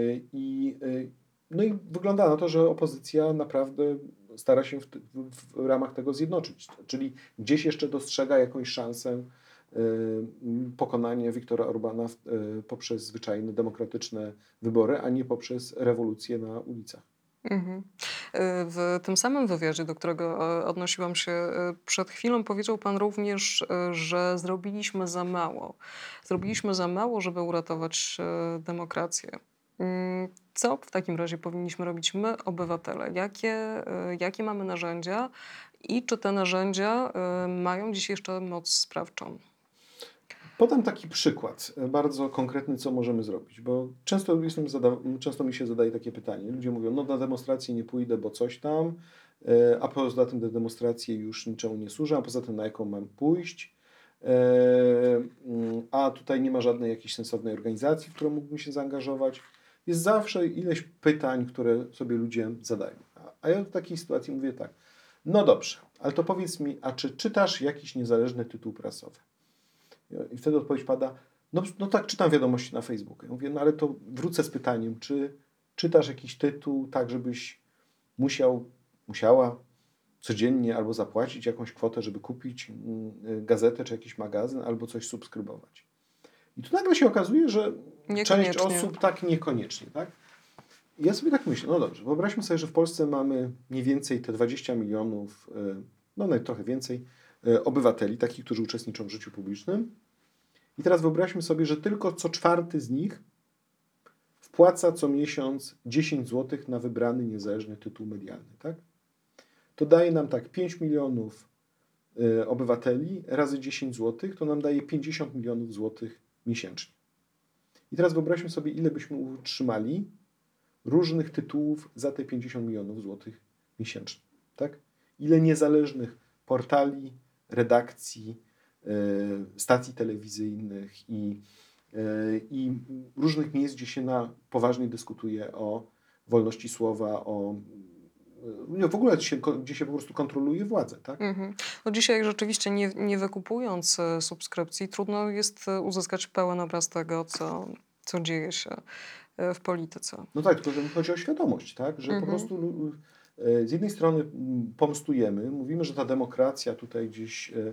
I, e, no i wygląda na to, że opozycja naprawdę stara się w, te- w, w ramach tego zjednoczyć, czyli gdzieś jeszcze dostrzega jakąś szansę e, pokonanie Viktora Orbana w- e, poprzez zwyczajne, demokratyczne wybory, a nie poprzez rewolucję na ulicach. Mhm. Y, W tym samym wywiadzie, do którego e, odnosiłam się e, przed chwilą, powiedział pan również, e, że zrobiliśmy za mało. Zrobiliśmy za mało, żeby uratować e, demokrację. Mm, Co w takim razie powinniśmy robić my, obywatele? Jakie, e, jakie mamy narzędzia i czy te narzędzia e, mają dziś jeszcze moc sprawczą? Podam taki przykład, e, bardzo konkretny, co możemy zrobić, bo często, jestem zada- często mi się zadaje takie pytanie. Ludzie mówią, no na demonstrację nie pójdę, bo coś tam, e, a poza tym te demonstracje już niczemu nie służą, a poza tym na jaką mam pójść, e, mm, a tutaj nie ma żadnej jakiejś sensownej organizacji, w którą mógłbym się zaangażować. Jest zawsze ileś pytań, które sobie ludzie zadają. A- A ja w takiej sytuacji mówię tak, no dobrze, ale to powiedz mi, a czy czytasz jakiś niezależny tytuł prasowy? I wtedy odpowiedź pada, no, no tak, czytam wiadomości na Facebooku. Ja mówię, no ale to wrócę z pytaniem, czy czytasz jakiś tytuł tak, żebyś musiał, musiała codziennie albo zapłacić jakąś kwotę, żeby kupić mm, gazetę czy jakiś magazyn, albo coś subskrybować. I tu nagle się okazuje, że część Niekoniecznie. osób tak niekoniecznie, tak? I ja sobie tak myślę, no dobrze, wyobraźmy sobie, że w Polsce mamy mniej więcej te dwadzieścia milionów, y, no nawet trochę więcej, y, obywateli, takich, którzy uczestniczą w życiu publicznym. I teraz wyobraźmy sobie, że tylko co czwarty z nich wpłaca co miesiąc dziesięć złotych na wybrany niezależny tytuł medialny, tak? To daje nam tak pięć milionów y, obywateli razy dziesięć złotych, to nam daje pięćdziesiąt milionów złotych miesięcznie. I teraz wyobraźmy sobie, ile byśmy utrzymali różnych tytułów za te pięćdziesiąt milionów złotych miesięcznie, tak? Ile niezależnych portali, redakcji, y, stacji telewizyjnych i, y, i różnych miejsc, gdzie się na poważnie dyskutuje o wolności słowa, o y, nie, w ogóle się, gdzie się po prostu kontroluje władzę, tak? Mhm. No dzisiaj rzeczywiście nie, nie wykupując e, subskrypcji, trudno jest e, uzyskać pełen obraz tego, co, co dzieje się e, w polityce. No tak, tylko że mi chodzi o świadomość, tak? Że po Mhm. prostu lu- e, z jednej strony mm, pomstujemy, mówimy, że ta demokracja tutaj gdzieś e,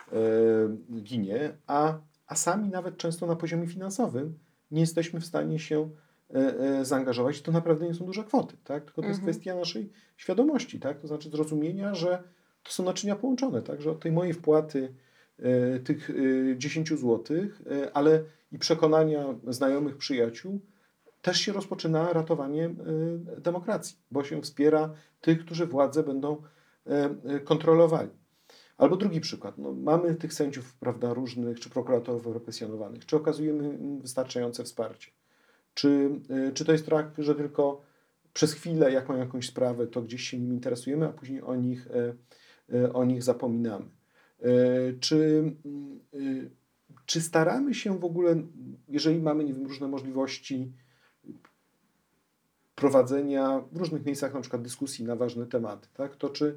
e, ginie, a, a sami nawet często na poziomie finansowym nie jesteśmy w stanie się e, e, zaangażować. To naprawdę nie są duże kwoty, tak? Tylko to jest Mhm. kwestia naszej świadomości, tak? To znaczy zrozumienia, że to są naczynia połączone, tak? Że od tej mojej wpłaty e, tych e, dziesięć złotych, e, ale i przekonania znajomych, przyjaciół, też się rozpoczyna ratowanie y, demokracji, bo się wspiera tych, którzy władzę będą y, y, kontrolowali. Albo drugi przykład. No, mamy tych sędziów, prawda, różnych, czy prokuratorów represjonowanych. Czy okazujemy im wystarczające wsparcie? Czy, y, czy to jest tak, że tylko przez chwilę, jak mają jakąś sprawę, to gdzieś się nimi interesujemy, a później o nich, y, y, o nich zapominamy? Y, Czy, y, czy staramy się w ogóle, jeżeli mamy, nie wiem, różne możliwości prowadzenia w różnych miejscach na przykład dyskusji na ważne tematy, tak? To czy,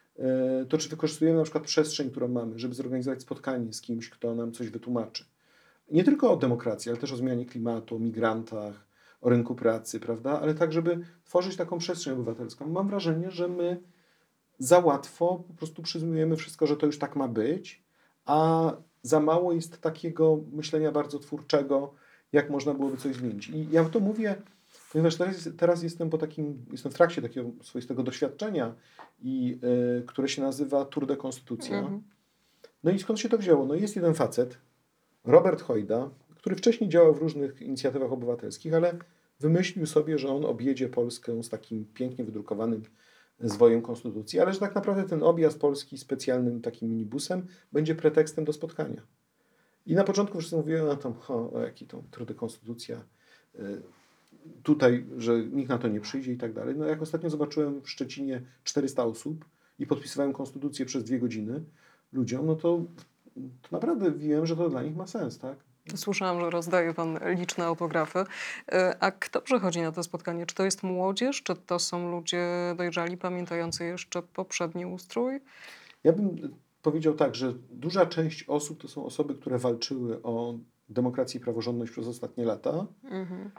to czy wykorzystujemy na przykład przestrzeń, którą mamy, żeby zorganizować spotkanie z kimś, kto nam coś wytłumaczy. Nie tylko o demokracji, ale też o zmianie klimatu, o migrantach, o rynku pracy, prawda? Ale tak, żeby tworzyć taką przestrzeń obywatelską. Mam wrażenie, że my za łatwo po prostu przyjmujemy wszystko, że to już tak ma być, a za mało jest takiego myślenia bardzo twórczego, jak można byłoby coś zmienić. I ja to mówię, ponieważ teraz, teraz jestem po takim, jestem w trakcie takiego swoistego doświadczenia, i, y, które się nazywa Tour de Konstytucja. Mhm. No i skąd się to wzięło? No jest jeden facet, Robert Hojda, który wcześniej działał w różnych inicjatywach obywatelskich, ale wymyślił sobie, że on objedzie Polskę z takim pięknie wydrukowanym zwojem konstytucji, ale że tak naprawdę ten objazd Polski specjalnym takim minibusem będzie pretekstem do spotkania. I na początku wszyscy mówili, no tam, o, o jaki to trudy konstytucja, y, tutaj, że nikt na to nie przyjdzie i tak dalej. No jak ostatnio zobaczyłem w Szczecinie czterysta osób i podpisywałem konstytucję przez dwie godziny ludziom, no to, to naprawdę wiem, że to dla nich ma sens, tak? Słyszałam, że rozdaje pan liczne autografy. E, A kto przychodzi na to spotkanie? Czy to jest młodzież, czy to są ludzie dojrzali, pamiętający jeszcze poprzedni ustrój? Ja bym powiedział tak, że duża część osób to są osoby, które walczyły o demokrację i praworządność przez ostatnie lata, Mhm.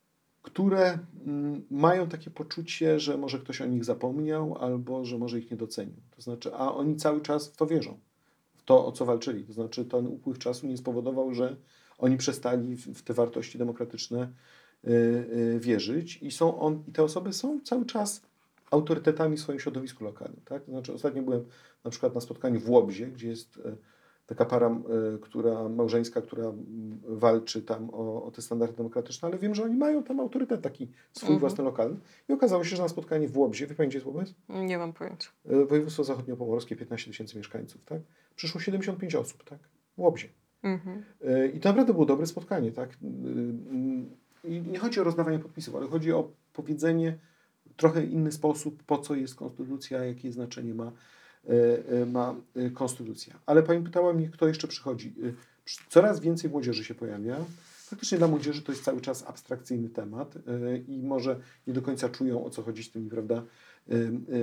które mm, mają takie poczucie, że może ktoś o nich zapomniał albo że może ich nie docenił. To znaczy, a oni cały czas w to wierzą, w to, o co walczyli. To znaczy, ten upływ czasu nie spowodował, że oni przestali w, w te wartości demokratyczne y, y, wierzyć i, są on, i te osoby są cały czas autorytetami w swoim środowisku lokalnym. Tak? To znaczy, ostatnio byłem na przykład na spotkaniu w Łobzie, gdzie jest y, taka para, y, która, małżeńska, która y, walczy tam o, o te standardy demokratyczne, ale wiem, że oni mają tam autorytet taki swój Mhm. własny lokalny. I okazało się, że na spotkanie w Łobzie, wie pani, gdzie jest Łobez? Nie mam pojęcia. Y, Województwo zachodniopomorskie, piętnaście tysięcy mieszkańców, tak? Przyszło siedemdziesiąt pięć osób, tak? W Łobzie. Mhm. Y, I to naprawdę było dobre spotkanie, tak? Y, y, I nie chodzi o rozdawanie podpisów, ale chodzi o powiedzenie w trochę inny sposób, po co jest konstytucja, jakie znaczenie ma, y, y, ma y, konstytucja. Ale pani pytała mnie, kto jeszcze przychodzi. Y, przy- Coraz więcej młodzieży się pojawia. Faktycznie dla młodzieży to jest cały czas abstrakcyjny temat y, i może nie do końca czują, o co chodzi z tymi, prawda, y,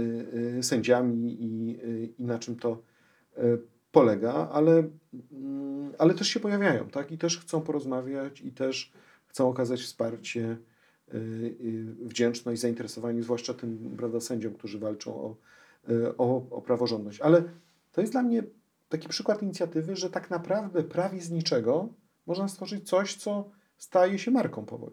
y, y, sędziami i, y, i na czym to y, polega, ale, mm, ale też się pojawiają, tak? I też chcą porozmawiać i też chcą okazać wsparcie, y, y, wdzięczność, zainteresowanie, zwłaszcza tym, prawda, sędziom, którzy walczą o, y, o, o praworządność. Ale to jest dla mnie taki przykład inicjatywy, że tak naprawdę prawie z niczego można stworzyć coś, co staje się marką powoli.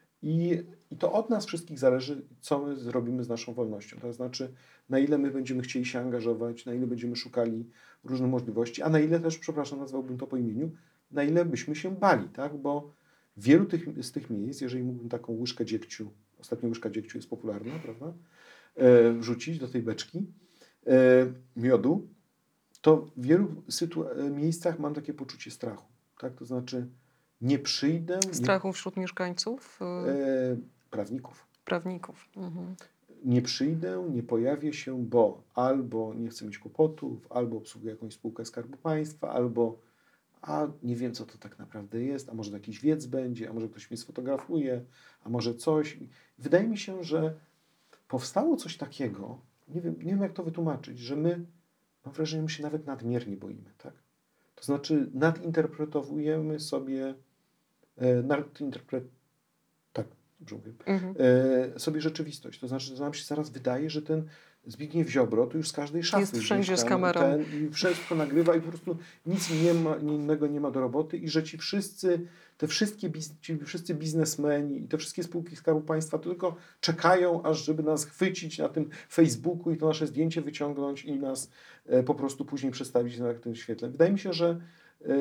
I, I to od nas wszystkich zależy, co my zrobimy z naszą wolnością. To znaczy, na ile my będziemy chcieli się angażować, na ile będziemy szukali różnych możliwości, a na ile też, przepraszam, nazwałbym to po imieniu, na ile byśmy się bali, tak? Bo wielu tych, z tych miejsc, jeżeli mógłbym taką łyżkę dziegciu, ostatnio łyżka dziegciu jest popularna, prawda, e, wrzucić do tej beczki e, miodu, to w wielu sytu- miejscach mam takie poczucie strachu, tak? To znaczy, nie przyjdę, nie, Strachu wśród mieszkańców, y, e, prawników. prawników. Mhm. Nie przyjdę, nie pojawię się, bo albo nie chcę mieć kłopotów, albo obsługuję jakąś spółkę Skarbu Państwa, albo a nie wiem, co to tak naprawdę jest, a może jakiś wiec będzie, a może ktoś mnie sfotografuje, a może coś. Wydaje mi się, że powstało coś takiego, nie wiem, nie wiem jak to wytłumaczyć, że my, mam wrażenie, my się nawet nadmiernie boimy, tak? To znaczy nadinterpretowujemy sobie, e, nadinterpret, tak, dobrze mówię, Mhm. e, sobie rzeczywistość. To znaczy, że nam się zaraz wydaje, że ten Zbigniew Ziobro to już z każdej szafy Jest gdzieś wszędzie z tam kamerą. Ten, i wszystko nagrywa i po prostu nic nie ma, innego nie ma do roboty i że ci wszyscy, te wszystkie, biz, ci wszyscy biznesmeni i te wszystkie spółki Skarbu Państwa to tylko czekają, aż żeby nas chwycić na tym Facebooku i to nasze zdjęcie wyciągnąć i nas e, po prostu później przedstawić na tym świetle. Wydaje mi się, że, e,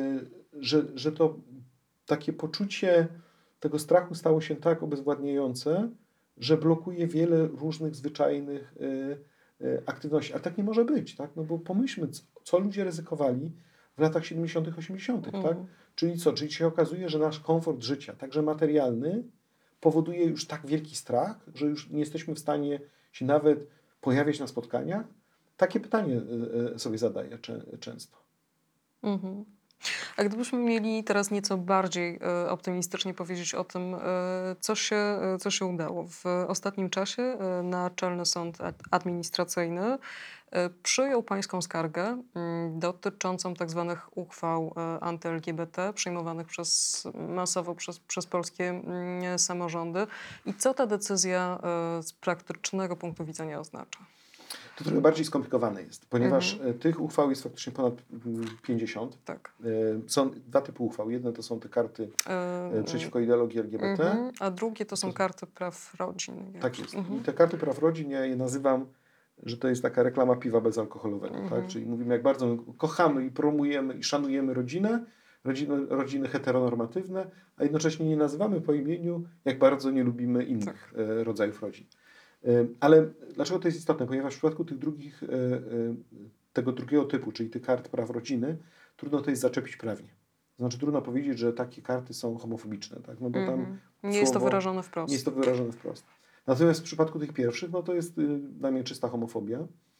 że, że to takie poczucie tego strachu stało się tak obezwładniające, że blokuje wiele różnych zwyczajnych y, y, aktywności. A tak nie może być, tak? No bo pomyślmy, co, co ludzie ryzykowali w latach siedemdziesiątych, osiemdziesiątych, tak? Mhm. Czyli co? Czyli się okazuje, że nasz komfort życia, także materialny, powoduje już tak wielki strach, że już nie jesteśmy w stanie się nawet pojawiać na spotkaniach? Takie pytanie y, y, sobie zadaję czę- często. Mhm. A gdybyśmy mieli teraz nieco bardziej e, optymistycznie powiedzieć o tym, e, co się, e, co się udało. W ostatnim czasie e, Naczelny Sąd Ad- Administracyjny e, przyjął pańską skargę mm, dotyczącą tak zwanych uchwał e, anty-L G B T przyjmowanych przez, masowo przez, przez polskie mm, samorządy. I co ta decyzja e, z praktycznego punktu widzenia oznacza? To trochę bardziej skomplikowane jest, ponieważ Mhm. e, tych uchwał jest faktycznie ponad mm, pięćdziesiąt. Tak. E, Są dwa typy uchwał. Jedne to są te karty e, E, przeciwko ideologii L G B T. mhm. A drugie to są To- karty praw rodzin. Tak jest. I Mhm. te karty praw rodzin, ja je nazywam, że to jest taka reklama piwa bezalkoholowego. Mhm. Tak? Czyli mówimy, jak bardzo my kochamy i promujemy i szanujemy rodzinę, rodziny, rodziny heteronormatywne, a jednocześnie nie nazywamy po imieniu, jak bardzo nie lubimy innych e, rodzajów rodzin. E, Ale dlaczego to jest istotne? Ponieważ w przypadku tych drugich, e, e, tego drugiego typu, czyli tych kart praw rodziny, trudno to jest zaczepić prawnie. To znaczy trudno powiedzieć, że takie karty są homofobiczne, tak? No bo tam Mhm. Nie jest to słowo- wyrażone wprost. nie jest to wyrażone wprost. Natomiast w przypadku tych pierwszych, no to jest y, dla mnie czysta homofobia.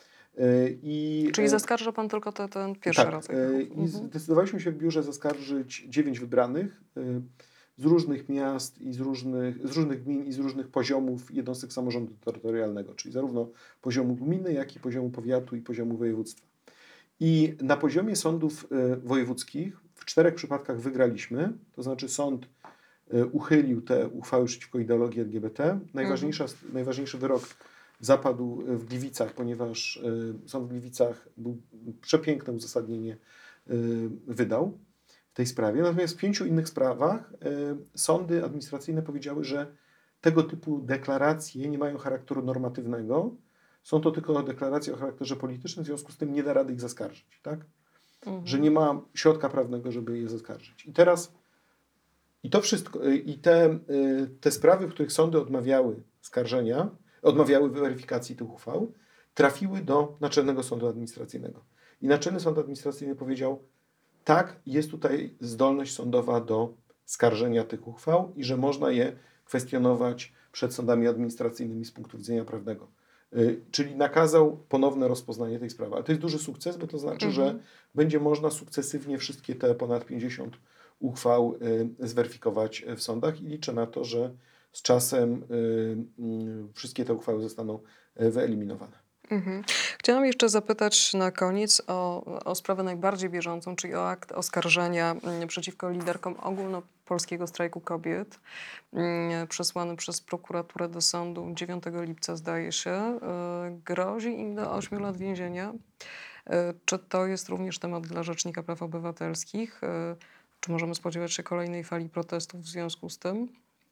Y, I, Czyli e, zaskarża pan tylko te, ten pierwszy tak, rodzaj. e, tych- I Mhm. zdecydowaliśmy się w biurze zaskarżyć dziewięć wybranych y, z różnych miast i z różnych, z różnych gmin i z różnych poziomów jednostek samorządu terytorialnego, czyli zarówno poziomu gminy, jak i poziomu powiatu i poziomu województwa. I na poziomie sądów y, wojewódzkich w czterech przypadkach wygraliśmy, to znaczy sąd y, uchylił te uchwały przeciwko ideologii L G B T. Najważniejsza, Najważniejszy wyrok zapadł w Gliwicach, ponieważ y, sąd w Gliwicach był przepiękne uzasadnienie y, wydał w tej sprawie. Natomiast w pięciu innych sprawach y, sądy administracyjne powiedziały, że tego typu deklaracje nie mają charakteru normatywnego, są to tylko deklaracje o charakterze politycznym, w związku z tym nie da rady ich zaskarżyć, tak? Mhm. Że nie ma środka prawnego, żeby je zaskarżyć. I teraz i to wszystko, i te, y, te sprawy, w których sądy odmawiały skarżenia, odmawiały weryfikacji tych uchwał, trafiły do Naczelnego Sądu Administracyjnego. I Naczelny Sąd Administracyjny powiedział, tak, jest tutaj zdolność sądowa do skarżenia tych uchwał i że można je kwestionować przed sądami administracyjnymi z punktu widzenia prawnego. Y, Czyli nakazał ponowne rozpoznanie tej sprawy. Ale to jest duży sukces, bo to znaczy, Mhm. że będzie można sukcesywnie wszystkie te ponad pięćdziesiąt uchwał y, zweryfikować w sądach i liczę na to, że z czasem y, y, wszystkie te uchwały zostaną y, wyeliminowane. Mhm. Chciałam jeszcze zapytać na koniec o, o sprawę najbardziej bieżącą, czyli o akt oskarżenia mm, przeciwko liderkom ogólnopolskiego strajku kobiet, mm, przesłany przez prokuraturę do sądu dziewiątego lipca, zdaje się. Y, Grozi im do ośmiu lat więzienia. Y, Czy to jest również temat dla Rzecznika Praw Obywatelskich? Y, Czy możemy spodziewać się kolejnej fali protestów w związku z tym?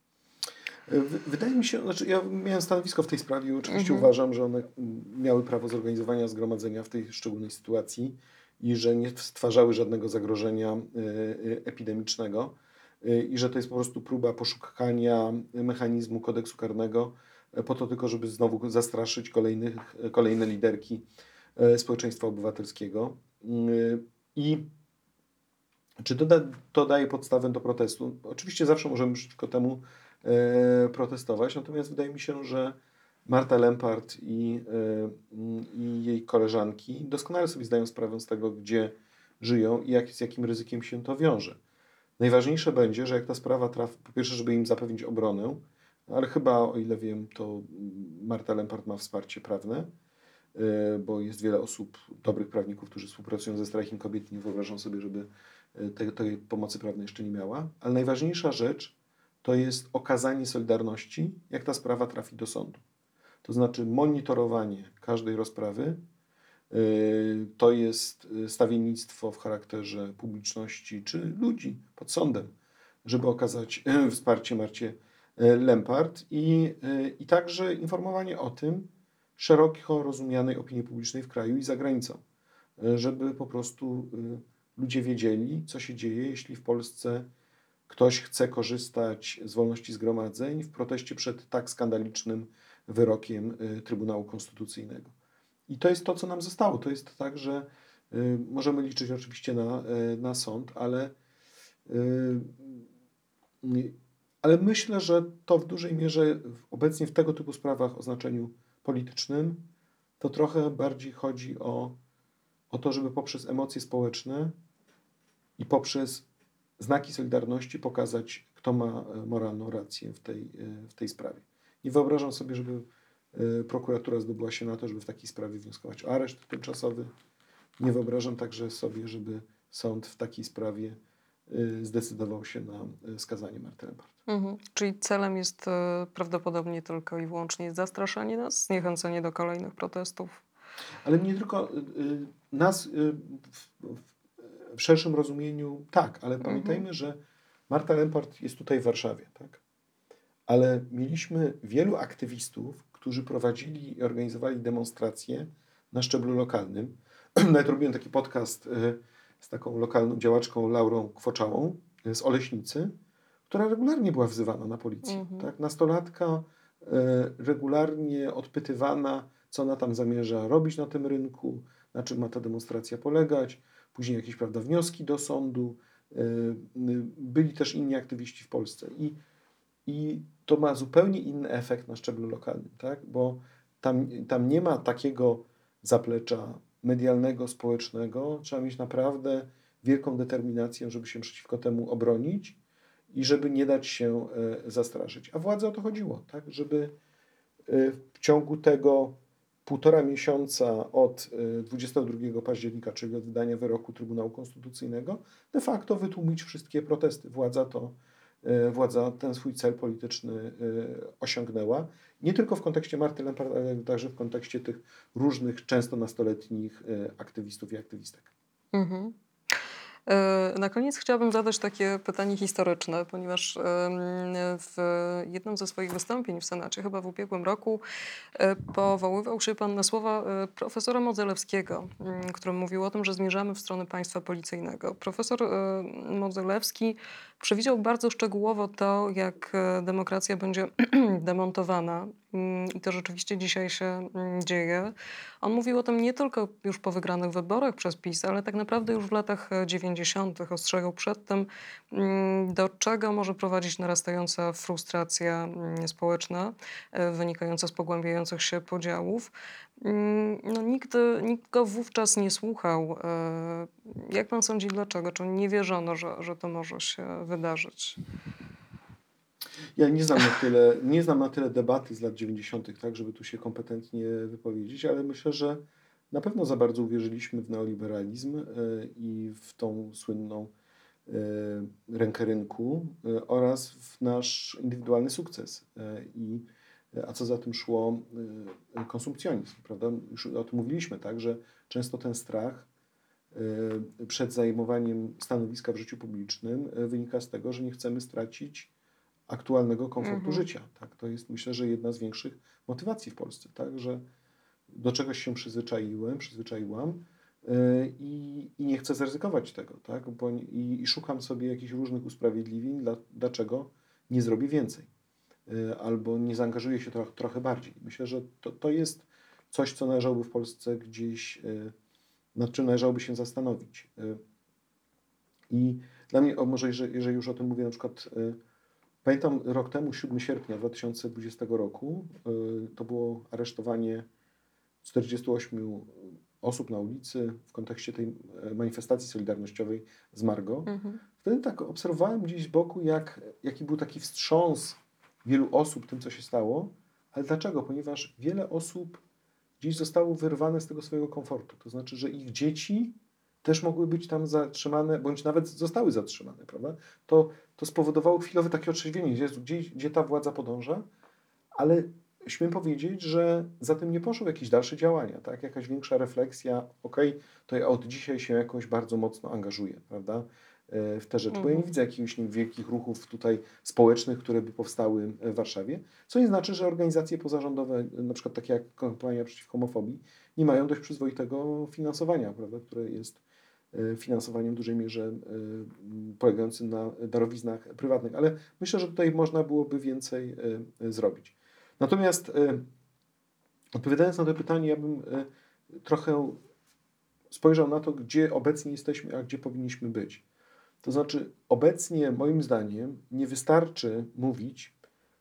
W- Wydaje mi się, znaczy ja miałem stanowisko w tej sprawie i oczywiście Mhm. uważam, że one mm, miały prawo zorganizowania zgromadzenia w tej szczególnej sytuacji i że nie stwarzały żadnego zagrożenia y, y, epidemicznego y, i że to jest po prostu próba poszukania mechanizmu kodeksu karnego y, po to tylko, żeby znowu zastraszyć kolejnych, kolejne liderki y, społeczeństwa obywatelskiego. Y, I czy to, da, to daje podstawę do protestu? Oczywiście zawsze możemy przeciwko temu e, protestować, natomiast wydaje mi się, że Marta Lempart i, e, i jej koleżanki doskonale sobie zdają sprawę z tego, gdzie żyją i jak, z jakim ryzykiem się to wiąże. Najważniejsze będzie, że jak ta sprawa trafi, po pierwsze, żeby im zapewnić obronę, ale chyba, o ile wiem, to Marta Lempart ma wsparcie prawne, e, bo jest wiele osób, dobrych prawników, którzy współpracują ze strajkiem kobiet i nie wyobrażam sobie, żeby tej, tej pomocy prawnej jeszcze nie miała. Ale najważniejsza rzecz to jest okazanie solidarności, jak ta sprawa trafi do sądu. To znaczy monitorowanie każdej rozprawy, yy, to jest stawiennictwo w charakterze publiczności czy ludzi pod sądem, żeby okazać yy, wsparcie Marcie yy, Lempart i, yy, i także informowanie o tym szeroko rozumianej opinii publicznej w kraju i za granicą, yy, żeby po prostu yy, ludzie wiedzieli, co się dzieje, jeśli w Polsce ktoś chce korzystać z wolności zgromadzeń w proteście przed tak skandalicznym wyrokiem y, Trybunału Konstytucyjnego. I to jest to, co nam zostało. To jest tak, że y, możemy liczyć oczywiście na, y, na sąd, ale, y, y, ale myślę, że to w dużej mierze w- obecnie w tego typu sprawach o znaczeniu politycznym to trochę bardziej chodzi o, o to, żeby poprzez emocje społeczne i poprzez znaki solidarności pokazać, kto ma moralną rację w tej, w tej sprawie. Nie wyobrażam sobie, żeby prokuratura zdobyła się na to, żeby w takiej sprawie wnioskować o areszt tymczasowy. Nie wyobrażam także sobie, żeby sąd w takiej sprawie zdecydował się na skazanie Marty Lempart. Mhm. Czyli celem jest e, prawdopodobnie tylko i wyłącznie zastraszanie nas, zniechęcenie do kolejnych protestów. Ale nie tylko y, y, nas y, w, w, w szerszym rozumieniu tak, ale Mhm. pamiętajmy, że Marta Lempart jest tutaj w Warszawie, tak? Ale mieliśmy wielu aktywistów, którzy prowadzili i organizowali demonstracje na szczeblu lokalnym. Nawet robiłem taki podcast y, z taką lokalną działaczką Laurą Kwoczałą y, z Oleśnicy, która regularnie była wzywana na policję. Mhm. Tak? Nastolatka y, regularnie odpytywana, co ona tam zamierza robić na tym rynku, na czym ma ta demonstracja polegać. Później jakieś, prawda, wnioski do sądu. Y, y, byli też inni aktywiści w Polsce. I, i to ma zupełnie inny efekt na szczeblu lokalnym, tak? Bo tam, tam nie ma takiego zaplecza medialnego, społecznego. Trzeba mieć naprawdę wielką determinację, żeby się przeciwko temu obronić i żeby nie dać się e, zastraszyć. A władze o to chodziło, tak? Żeby e, w ciągu tego półtora miesiąca od e, dwudziestego drugiego października, czyli od wydania wyroku Trybunału Konstytucyjnego, de facto wytłumić wszystkie protesty. Władza to e, władza ten swój cel polityczny e, osiągnęła. Nie tylko w kontekście Marty Lempart, ale także w kontekście tych różnych, często nastoletnich e, aktywistów i aktywistek. Mhm. E, Na koniec chciałabym zadać takie pytanie historyczne, ponieważ em, w jednym ze swoich wystąpień w Senacie, chyba w ubiegłym roku, e, powoływał się pan na słowa e, profesora Modzelewskiego, m, który mówił o tym, że zmierzamy w stronę państwa policyjnego. Profesor e, Modzelewski przewidział bardzo szczegółowo to, jak e, demokracja będzie demontowana. Mm, I to rzeczywiście dzisiaj się mm, dzieje. On mówił o tym nie tylko już po wygranych wyborach przez PiS, ale tak naprawdę już w latach dziewięćdziesiątych ostrzegał przed tym, mm, do czego może prowadzić narastająca frustracja mm, społeczna e, wynikająca z pogłębiających się podziałów. Mm, No, nikt, nikt go wówczas nie słuchał. E, Jak pan sądzi, dlaczego? Czy nie wierzono, że, że to może się wydarzyć? Ja nie znam na tyle, nie znam na tyle debaty z lat dziewięćdziesiątych, tak, żeby tu się kompetentnie wypowiedzieć, ale myślę, że na pewno za bardzo uwierzyliśmy w neoliberalizm y, i w tą słynną y, rękę rynku y, oraz w nasz indywidualny sukces. Y, I, a co za tym szło, y, konsumpcjonizm, prawda? Już o tym mówiliśmy, tak, że często ten strach y, przed zajmowaniem stanowiska w życiu publicznym y, wynika z tego, że nie chcemy stracić aktualnego komfortu Mhm. życia. Tak? To jest, myślę, że jedna z większych motywacji w Polsce, tak? Że do czegoś się przyzwyczaiłem, przyzwyczaiłam yy, i, i nie chcę zaryzykować tego, tak? Bo, i, i szukam sobie jakichś różnych usprawiedliwień, dla, dlaczego nie zrobię więcej yy, albo nie zaangażuję się trochę, trochę bardziej. Myślę, że to, to jest coś, co należałoby w Polsce gdzieś, yy, nad czym należałoby się zastanowić. Yy. I dla mnie, o, może jeżeli, jeżeli już o tym mówię, na przykład yy, pamiętam rok temu, siódmego sierpnia dwa tysiące dwudziestego roku, y, to było aresztowanie czterdziestu ośmiu osób na ulicy w kontekście tej e, manifestacji solidarnościowej z Margo. Mhm. Wtedy tak obserwowałem gdzieś z boku, jak, jaki był taki wstrząs wielu osób tym, co się stało. Ale dlaczego? Ponieważ wiele osób gdzieś zostało wyrwane z tego swojego komfortu. To znaczy, że ich dzieci też mogły być tam zatrzymane, bądź nawet zostały zatrzymane, prawda? To, to spowodowało chwilowe takie otrzeźwienie, Jezu, gdzie, gdzie ta władza podąża, ale śmiem powiedzieć, że za tym nie poszły jakieś dalsze działania, tak? Jakaś większa refleksja, okej, to ja od dzisiaj się jakoś bardzo mocno angażuję, prawda? e, w te rzeczy, bo ja nie Mhm. widzę jakichś nie wiem, wielkich ruchów tutaj społecznych, które by powstały w Warszawie, co nie znaczy, że organizacje pozarządowe, na przykład takie jak kampania przeciw homofobii, nie mają dość przyzwoitego finansowania, prawda, które jest e, finansowaniem w dużej mierze e, polegającym na darowiznach prywatnych, ale myślę, że tutaj można byłoby więcej e, zrobić. Natomiast e, odpowiadając na to pytanie, ja bym e, trochę spojrzał na to, gdzie obecnie jesteśmy, a gdzie powinniśmy być. To znaczy, obecnie, moim zdaniem, nie wystarczy mówić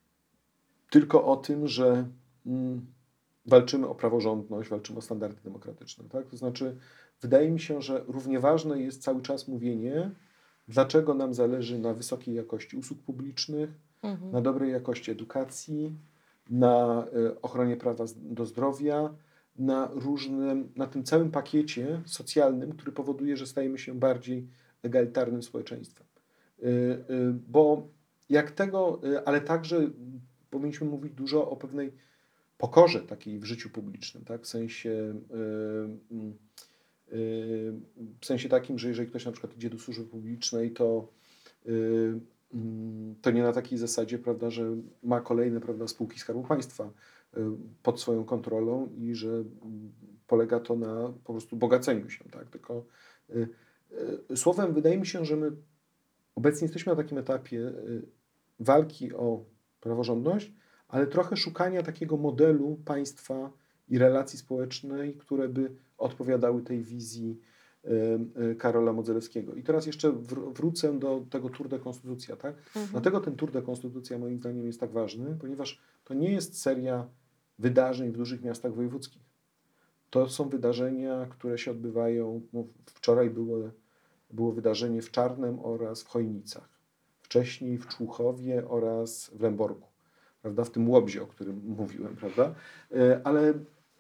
tylko o tym, że mm, walczymy o praworządność, walczymy o standardy demokratyczne. Tak? To znaczy, wydaje mi się, że równie ważne jest cały czas mówienie dlaczego nam zależy na wysokiej jakości usług publicznych, Mhm. na dobrej jakości edukacji, na y, ochronie prawa z- do zdrowia, na różnym, na tym całym pakiecie socjalnym, który powoduje, że stajemy się bardziej egalitarnym społeczeństwem. Y, y, Bo jak tego, y, ale także mm, powinniśmy mówić dużo o pewnej pokorze takiej w życiu publicznym, tak? W sensie, y, mm, y, w sensie takim, że jeżeli ktoś na przykład idzie do służby publicznej, to, y, mm, to nie na takiej zasadzie, prawda, że ma kolejne, prawda, spółki Skarbu Państwa y, pod swoją kontrolą i że mm, polega to na po prostu bogaceniu się, tak? Tylko y, y, słowem, wydaje mi się, że my obecnie jesteśmy na takim etapie y, walki o praworządność, ale trochę szukania takiego modelu państwa i relacji społecznej, które by odpowiadały tej wizji y, y, Karola Modzelewskiego. I teraz jeszcze wr- wrócę do tego Tour de Konstytucja, tak? Mhm. Dlatego ten Tour de Konstytucja moim zdaniem jest tak ważny, ponieważ to nie jest seria wydarzeń w dużych miastach wojewódzkich. To są wydarzenia, które się odbywają, no wczoraj było, było wydarzenie w Czarnem oraz w Chojnicach. Wcześniej w Człuchowie oraz w Lęborku, prawda? W tym Łobzie, o którym mówiłem, prawda? E, Ale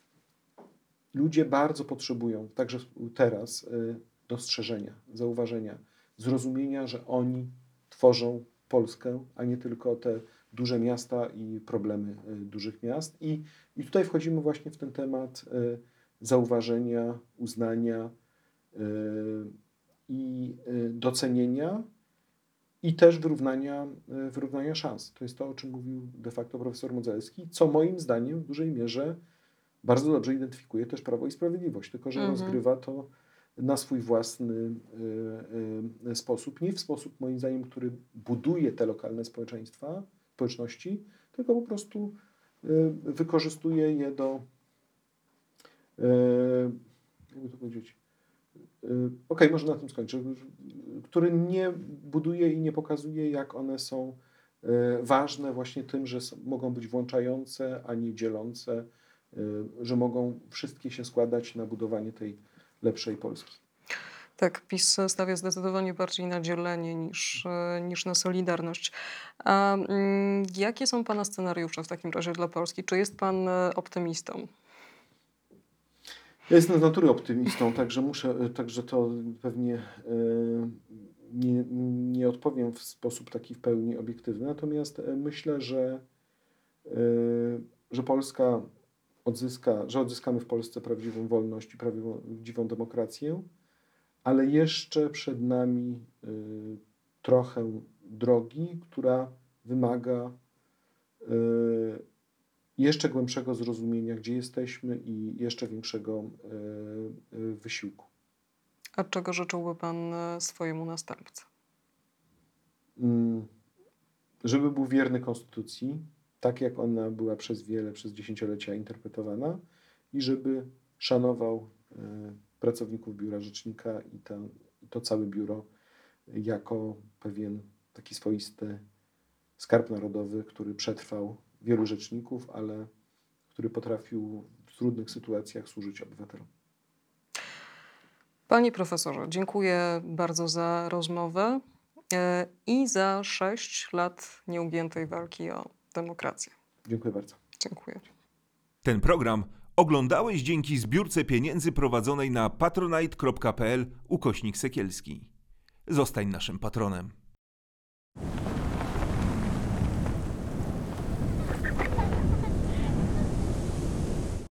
ludzie bardzo potrzebują, także teraz, e, dostrzeżenia, zauważenia, zrozumienia, że oni tworzą Polskę, a nie tylko te duże miasta i problemy e, dużych miast. I, i tutaj wchodzimy właśnie w ten temat e, zauważenia, uznania e, i e, docenienia i też wyrównania, e, wyrównania szans. To jest to, o czym mówił de facto profesor Modzelewski, co moim zdaniem w dużej mierze bardzo dobrze identyfikuje też Prawo i Sprawiedliwość, tylko że Mhm. rozgrywa to na swój własny y, y, sposób. Nie w sposób, moim zdaniem, który buduje te lokalne społeczeństwa, społeczności, tylko po prostu y, wykorzystuje je do, y, jakby to powiedzieć, y, okej, może na tym skończę, który nie buduje i nie pokazuje, jak one są y, ważne właśnie tym, że s- mogą być włączające, a nie dzielące, y, że mogą wszystkie się składać na budowanie tej lepszej Polski. Tak, PiS stawia zdecydowanie bardziej na dzielenie niż, e, niż na solidarność. A mm, jakie są Pana scenariusze w takim razie dla Polski? Czy jest Pan e, optymistą? Ja jestem z natury optymistą, także muszę, także to pewnie y, nie, nie odpowiem w sposób taki w pełni obiektywny, natomiast y, myślę, że, y, że Polska odzyska, że odzyskamy w Polsce prawdziwą wolność i prawdziwą demokrację, ale jeszcze przed nami y, trochę drogi, która wymaga y, jeszcze głębszego zrozumienia, gdzie jesteśmy i jeszcze większego y, y, wysiłku. A czego życzyłby Pan e, swojemu następcy? Mm, Żeby był wierny konstytucji, tak jak ona była przez wiele, przez dziesięciolecia interpretowana, i żeby szanował y, pracowników biura rzecznika i to, i to całe biuro jako pewien taki swoisty skarb narodowy, który przetrwał wielu rzeczników, ale który potrafił w trudnych sytuacjach służyć obywatelom. Panie profesorze, dziękuję bardzo za rozmowę e, i za sześć lat nieugiętej walki o demokrację. Dziękuję bardzo. Dziękuję. Ten program oglądałeś dzięki zbiórce pieniędzy prowadzonej na patronite kropka pl ukośnik Sekielski. Zostań naszym patronem.